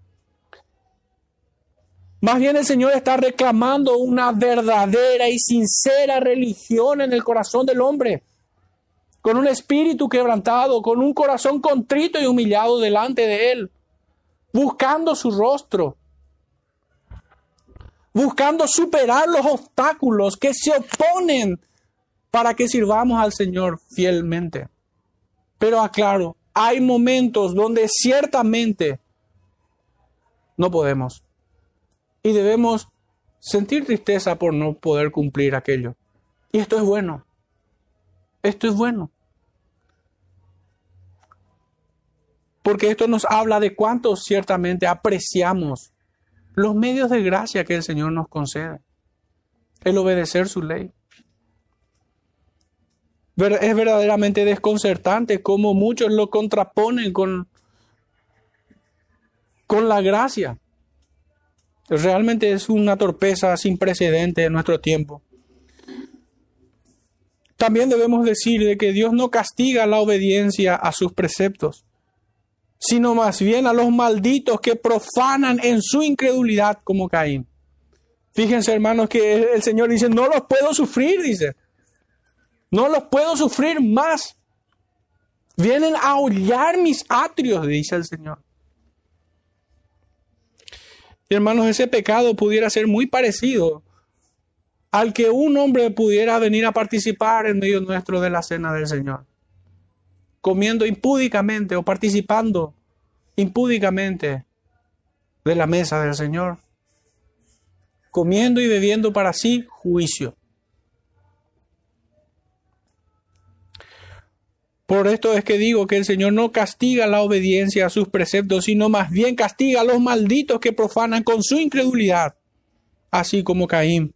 Más bien el Señor está reclamando una verdadera y sincera religión en el corazón del hombre, con un espíritu quebrantado, con un corazón contrito y humillado delante de Él, buscando su rostro, buscando superar los obstáculos que se oponen para que sirvamos al Señor fielmente. Pero aclaro, hay momentos donde ciertamente no podemos. Y debemos sentir tristeza por no poder cumplir aquello. Y esto es bueno. Esto es bueno. Porque esto nos habla de cuánto ciertamente apreciamos los medios de gracia que el Señor nos concede. El obedecer su ley. Es verdaderamente desconcertante cómo muchos lo contraponen con, con la gracia. Realmente es una torpeza sin precedente en nuestro tiempo. También debemos decir de que Dios no castiga la obediencia a sus preceptos, sino más bien a los malditos que profanan en su incredulidad como Caín. Fíjense, hermanos, que el Señor dice, no los puedo sufrir, dice. No los puedo sufrir más. Vienen a hollar mis atrios, dice el Señor. Y hermanos, ese pecado pudiera ser muy parecido al que un hombre pudiera venir a participar en medio nuestro de la cena del Señor, comiendo impúdicamente o participando impúdicamente de la mesa del Señor, comiendo y bebiendo para sí juicio. Por esto es que digo que el Señor no castiga la obediencia a sus preceptos, sino más bien castiga a los malditos que profanan con su incredulidad, así como Caín.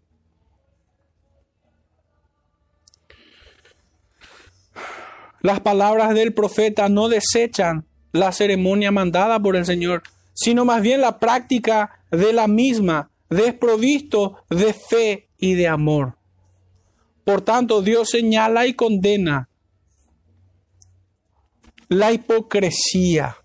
Las palabras del profeta no desechan la ceremonia mandada por el Señor, sino más bien la práctica de la misma, desprovisto de fe y de amor. Por tanto, Dios señala y condena la hipocresía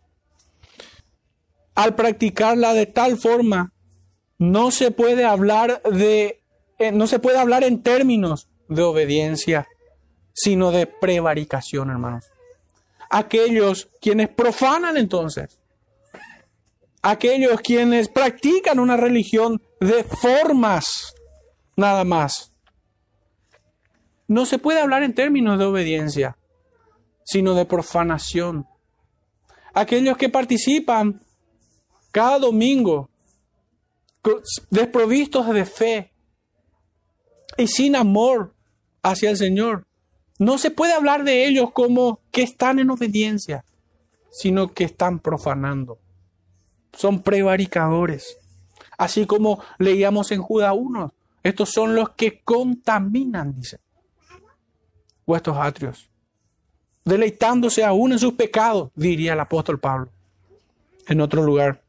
al practicarla de tal forma. No se puede hablar de, eh, no se puede hablar en términos de obediencia, sino de prevaricación, hermanos. Aquellos quienes profanan entonces, aquellos quienes practican una religión de formas nada más, no se puede hablar en términos de obediencia, sino de profanación. Aquellos que participan cada domingo desprovistos de fe y sin amor hacia el Señor, no se puede hablar de ellos como que están en obediencia, sino que están profanando. Son prevaricadores. Así como leíamos en Judas uno, estos son los que contaminan, dice, vuestros atrios, deleitándose aún en sus pecados, diría el apóstol Pablo en otro lugar.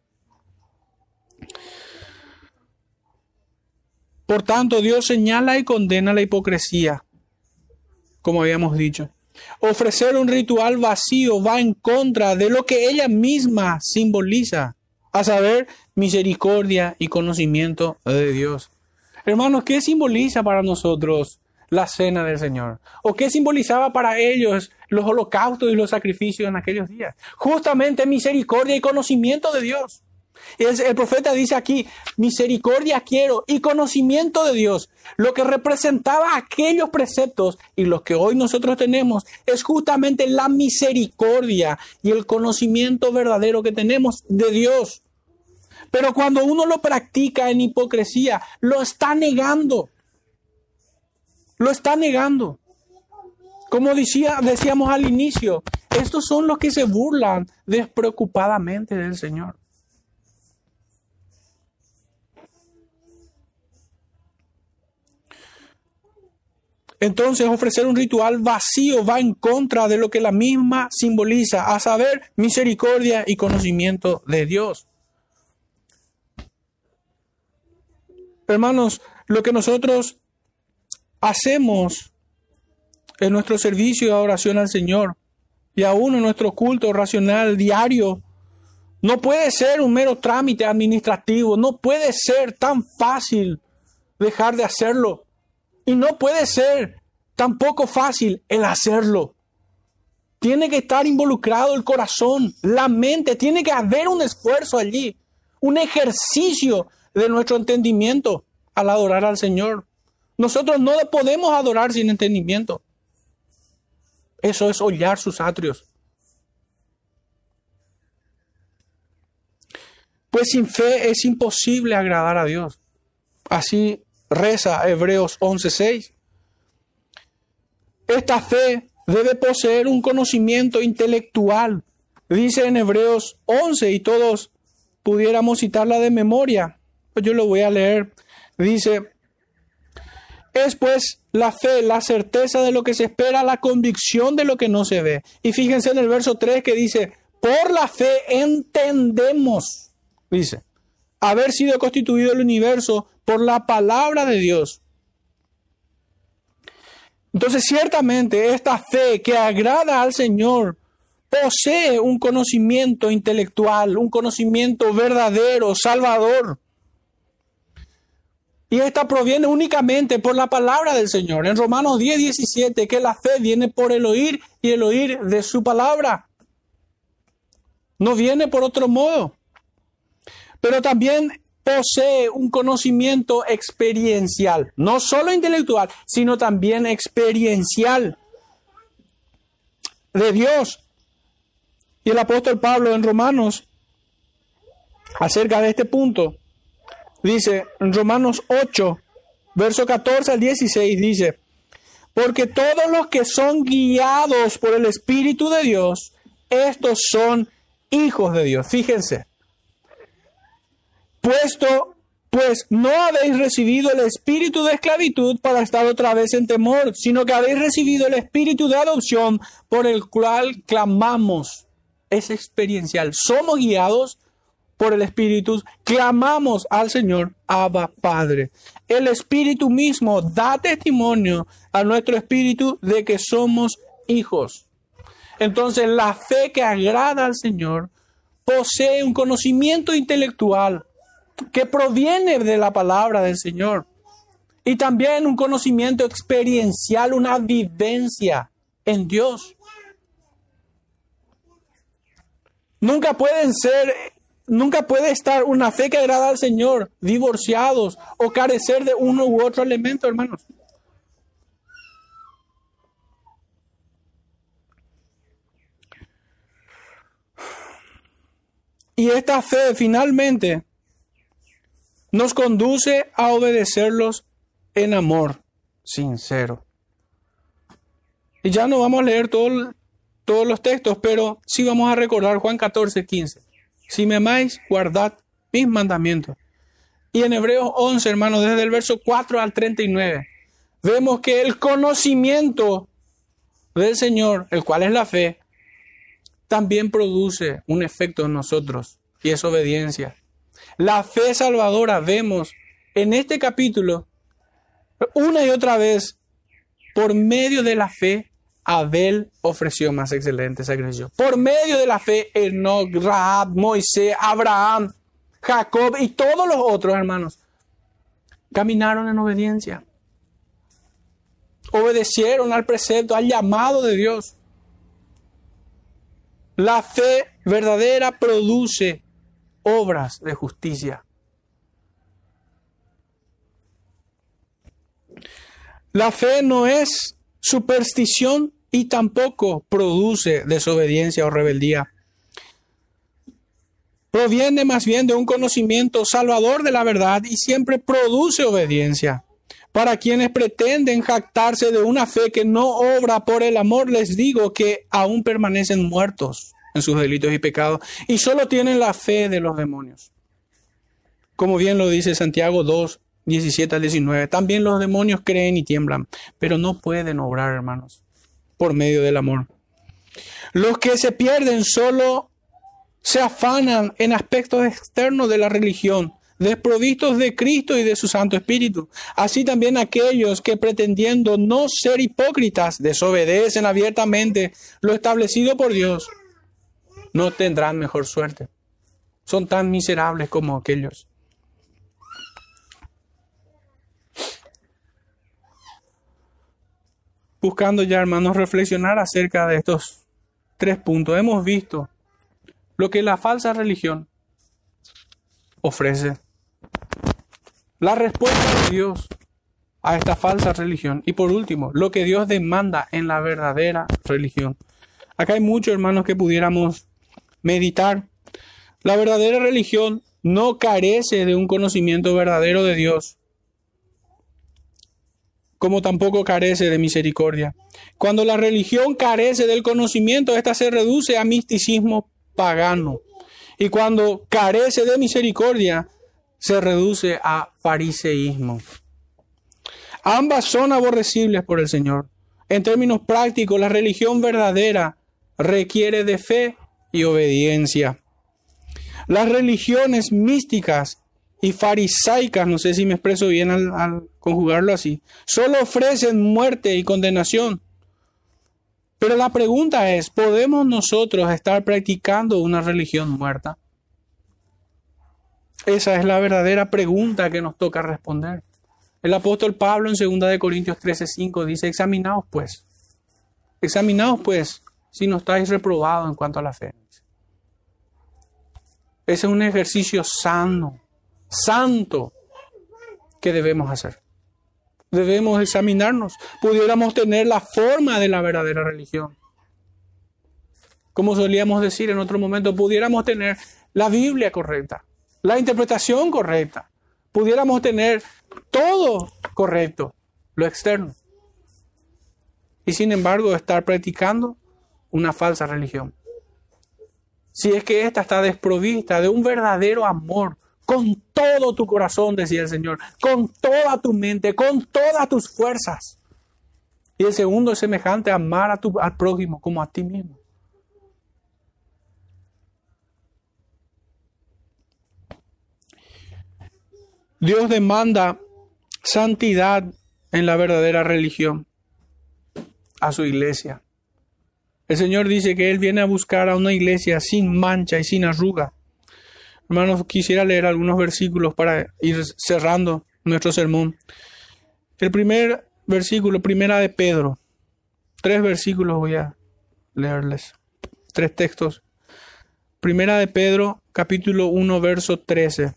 Por tanto, Dios señala y condena la hipocresía, como habíamos dicho. Ofrecer un ritual vacío va en contra de lo que ella misma simboliza, a saber, misericordia y conocimiento de Dios. Hermanos, ¿qué simboliza para nosotros la cena del Señor? ¿O qué simbolizaba para ellos los holocaustos y los sacrificios en aquellos días? Justamente misericordia y conocimiento de Dios. El, el profeta dice aquí, misericordia quiero y conocimiento de Dios. Lo que representaba aquellos preceptos y los que hoy nosotros tenemos es justamente la misericordia y el conocimiento verdadero que tenemos de Dios. Pero cuando uno lo practica en hipocresía, lo está negando. Lo está negando. Como decía, decíamos al inicio, estos son los que se burlan despreocupadamente del Señor. Entonces ofrecer un ritual vacío va en contra de lo que la misma simboliza, a saber, misericordia y conocimiento de Dios. Hermanos, lo que nosotros hacemos en nuestro servicio de adoración al Señor y aún en nuestro culto racional diario, no puede ser un mero trámite administrativo, no puede ser tan fácil dejar de hacerlo. Y no puede ser tampoco fácil el hacerlo. Tiene que estar involucrado el corazón, la mente, tiene que haber un esfuerzo allí, un ejercicio de nuestro entendimiento al adorar al Señor. Nosotros no podemos adorar sin entendimiento. Eso es hollar sus atrios. Pues sin fe es imposible agradar a Dios. Así reza Hebreos once seis. Esta fe debe poseer un conocimiento intelectual. Dice en Hebreos once, y todos pudiéramos citarla de memoria. Pues yo lo voy a leer. Dice, es pues la fe, la certeza de lo que se espera, la convicción de lo que no se ve. Y fíjense en el verso tres que dice, por la fe entendemos, dice, haber sido constituido el universo por la palabra de Dios. Entonces, ciertamente, esta fe que agrada al Señor posee un conocimiento intelectual, un conocimiento verdadero, salvador. Y esta proviene únicamente por la palabra del Señor. En Romanos diez diecisiete, que la fe viene por el oír y el oír de su palabra. No viene por otro modo. Pero también posee un conocimiento experiencial, no solo intelectual, sino también experiencial de Dios. Y el apóstol Pablo en Romanos, acerca de este punto, dice en Romanos ocho, verso catorce al dieciséis, dice, porque todos los que son guiados por el Espíritu de Dios, estos son hijos de Dios. Fíjense. Puesto, pues no habéis recibido el espíritu de esclavitud para estar otra vez en temor, sino que habéis recibido el espíritu de adopción por el cual clamamos. Es experiencial. Somos guiados por el Espíritu, clamamos al Señor, Abba, Padre. El Espíritu mismo da testimonio a nuestro espíritu de que somos hijos. Entonces, la fe que agrada al Señor posee un conocimiento intelectual que proviene de la palabra del Señor. Y también un conocimiento experiencial, una vivencia en Dios. Nunca pueden ser, nunca puede estar una fe que agrada al Señor divorciados o carecer de uno u otro elemento, hermanos. Y esta fe finalmente nos conduce a obedecerlos en amor sincero. Y ya no vamos a leer todo, todos los textos, pero sí vamos a recordar Juan catorce, quince. Si me amáis, guardad mis mandamientos. Y en Hebreos once, hermanos, desde el verso cuatro al treinta y nueve, vemos que el conocimiento del Señor, el cual es la fe, también produce un efecto en nosotros, y es obediencia. La fe salvadora vemos en este capítulo una y otra vez, por medio de la fe, Abel ofreció más excelente sacrificio. Por medio de la fe, Enoc, Rahab, Moisés, Abraham, Jacob y todos los otros hermanos caminaron en obediencia. Obedecieron al precepto, al llamado de Dios. La fe verdadera produce obras de justicia. La fe no es superstición y tampoco produce desobediencia o rebeldía. Proviene más bien de un conocimiento salvador de la verdad y siempre produce obediencia. Para quienes pretenden jactarse de una fe que no obra por el amor, les digo que aún permanecen muertos en sus delitos y pecados y solo tienen la fe de los demonios. Como bien lo dice Santiago dos, diecisiete al diecinueve. También los demonios creen y tiemblan, pero no pueden obrar, hermanos, por medio del amor. Los que se pierden solo se afanan en aspectos externos de la religión, desprovistos de Cristo y de su Santo Espíritu. Así también aquellos que, pretendiendo no ser hipócritas, desobedecen abiertamente lo establecido por Dios, no tendrán mejor suerte. Son tan miserables como aquellos. Buscando ya, hermanos, reflexionar acerca de estos tres puntos, hemos visto lo que la falsa religión ofrece, la respuesta de Dios a esta falsa religión, y por último, lo que Dios demanda en la verdadera religión. Acá hay mucho, hermanos, que pudiéramos meditar. La verdadera religión no carece de un conocimiento verdadero de Dios, como tampoco carece de misericordia. Cuando la religión carece del conocimiento, ésta se reduce a misticismo pagano. Y cuando carece de misericordia, se reduce a fariseísmo. Ambas son aborrecibles por el Señor. En términos prácticos, la religión verdadera requiere de fe y obediencia. Las religiones místicas y farisaicas, no sé si me expreso bien al, al conjugarlo así, solo ofrecen muerte y condenación. Pero la pregunta es, ¿podemos nosotros estar practicando una religión muerta? Esa es la verdadera pregunta que nos toca responder. El apóstol Pablo en segunda de Corintios trece cinco dice, examinaos pues, examinaos pues, si no estáis reprobados en cuanto a la fe. Ese es un ejercicio sano, santo, que debemos hacer. Debemos examinarnos. Pudiéramos tener la forma de la verdadera religión. Como solíamos decir en otro momento, pudiéramos tener la Biblia correcta, la interpretación correcta. Pudiéramos tener todo correcto, lo externo. Y sin embargo, estar practicando una falsa religión. Si es que ésta está desprovista de un verdadero amor, con todo tu corazón, decía el Señor, con toda tu mente, con todas tus fuerzas. Y el segundo es semejante a amar a tu, al prójimo como a ti mismo. Dios demanda santidad en la verdadera religión a su iglesia. El Señor dice que Él viene a buscar a una iglesia sin mancha y sin arruga. Hermanos, quisiera leer algunos versículos para ir cerrando nuestro sermón. El primer versículo, primera de Pedro. Tres versículos voy a leerles. Tres textos. Primera de Pedro, capítulo uno, verso trece.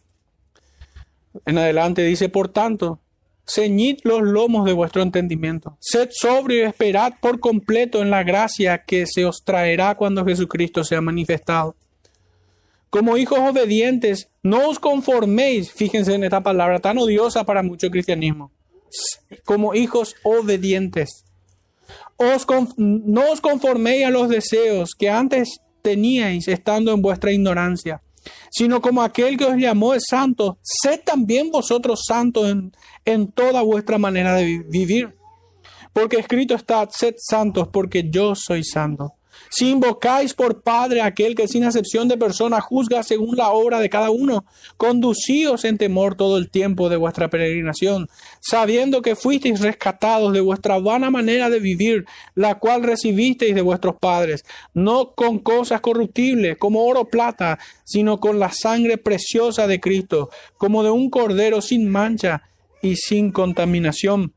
En adelante dice, por tanto, ceñid los lomos de vuestro entendimiento. Sed sobrio y esperad por completo en la gracia que se os traerá cuando Jesucristo sea manifestado. Como hijos obedientes, no os conforméis, fíjense en esta palabra tan odiosa para mucho cristianismo, como hijos obedientes. Os conf- no os conforméis a los deseos que antes teníais estando en vuestra ignorancia, sino como aquel que os llamó es santo, sed también vosotros santos en, en toda vuestra manera de vi- vivir. Porque escrito está, sed santos porque yo soy santo. Si invocáis por Padre a aquel que sin acepción de persona juzga según la obra de cada uno, conducíos en temor todo el tiempo de vuestra peregrinación, sabiendo que fuisteis rescatados de vuestra vana manera de vivir, la cual recibisteis de vuestros padres, no con cosas corruptibles como oro o plata, sino con la sangre preciosa de Cristo, como de un cordero sin mancha y sin contaminación,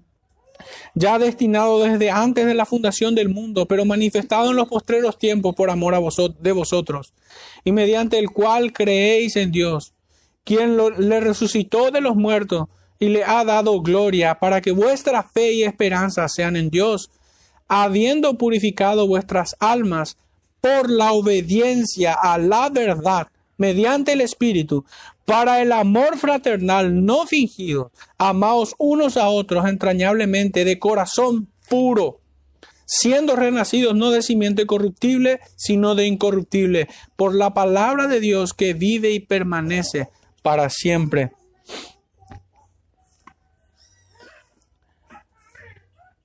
ya destinado desde antes de la fundación del mundo, pero manifestado en los postreros tiempos por amor a vosotros, de vosotros, y mediante el cual creéis en Dios, quien lo, le resucitó de los muertos y le ha dado gloria, para que vuestra fe y esperanza sean en Dios, habiendo purificado vuestras almas por la obediencia a la verdad, mediante el Espíritu, para el amor fraternal no fingido, amaos unos a otros entrañablemente de corazón puro, siendo renacidos no de simiente corruptible, sino de incorruptible, por la palabra de Dios que vive y permanece para siempre.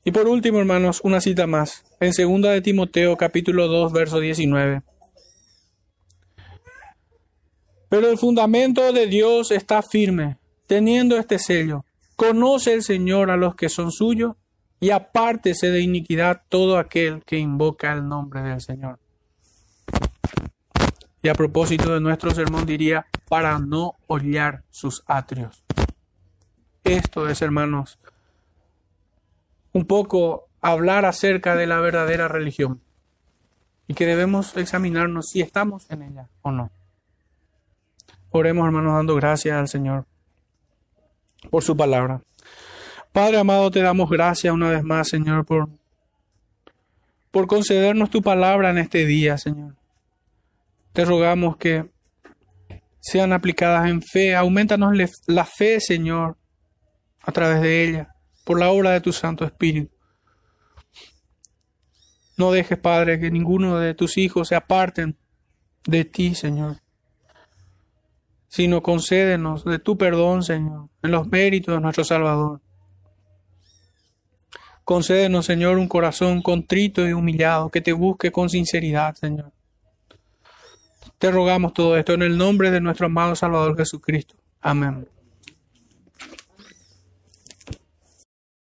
Y por último, hermanos, una cita más. En segunda de Timoteo, capítulo dos, verso diecinueve. Pero el fundamento de Dios está firme, teniendo este sello. Conoce el Señor a los que son suyos, y apártese de iniquidad todo aquel que invoca el nombre del Señor. Y a propósito de nuestro sermón diría, para no hollar sus atrios. Esto es, hermanos, un poco hablar acerca de la verdadera religión y que debemos examinarnos si estamos en ella o no. Oremos, hermanos, dando gracias al Señor por su palabra. Padre amado, te damos gracias una vez más, Señor, por, por concedernos tu palabra en este día, Señor. Te rogamos que sean aplicadas en fe. Aumentanos la fe, Señor, a través de ella, por la obra de tu Santo Espíritu. No dejes, Padre, que ninguno de tus hijos se aparten de ti, Señor, sino concédenos de tu perdón, Señor, en los méritos de nuestro Salvador. Concédenos, Señor, un corazón contrito y humillado, que te busque con sinceridad, Señor. Te rogamos todo esto en el nombre de nuestro amado Salvador Jesucristo. Amén.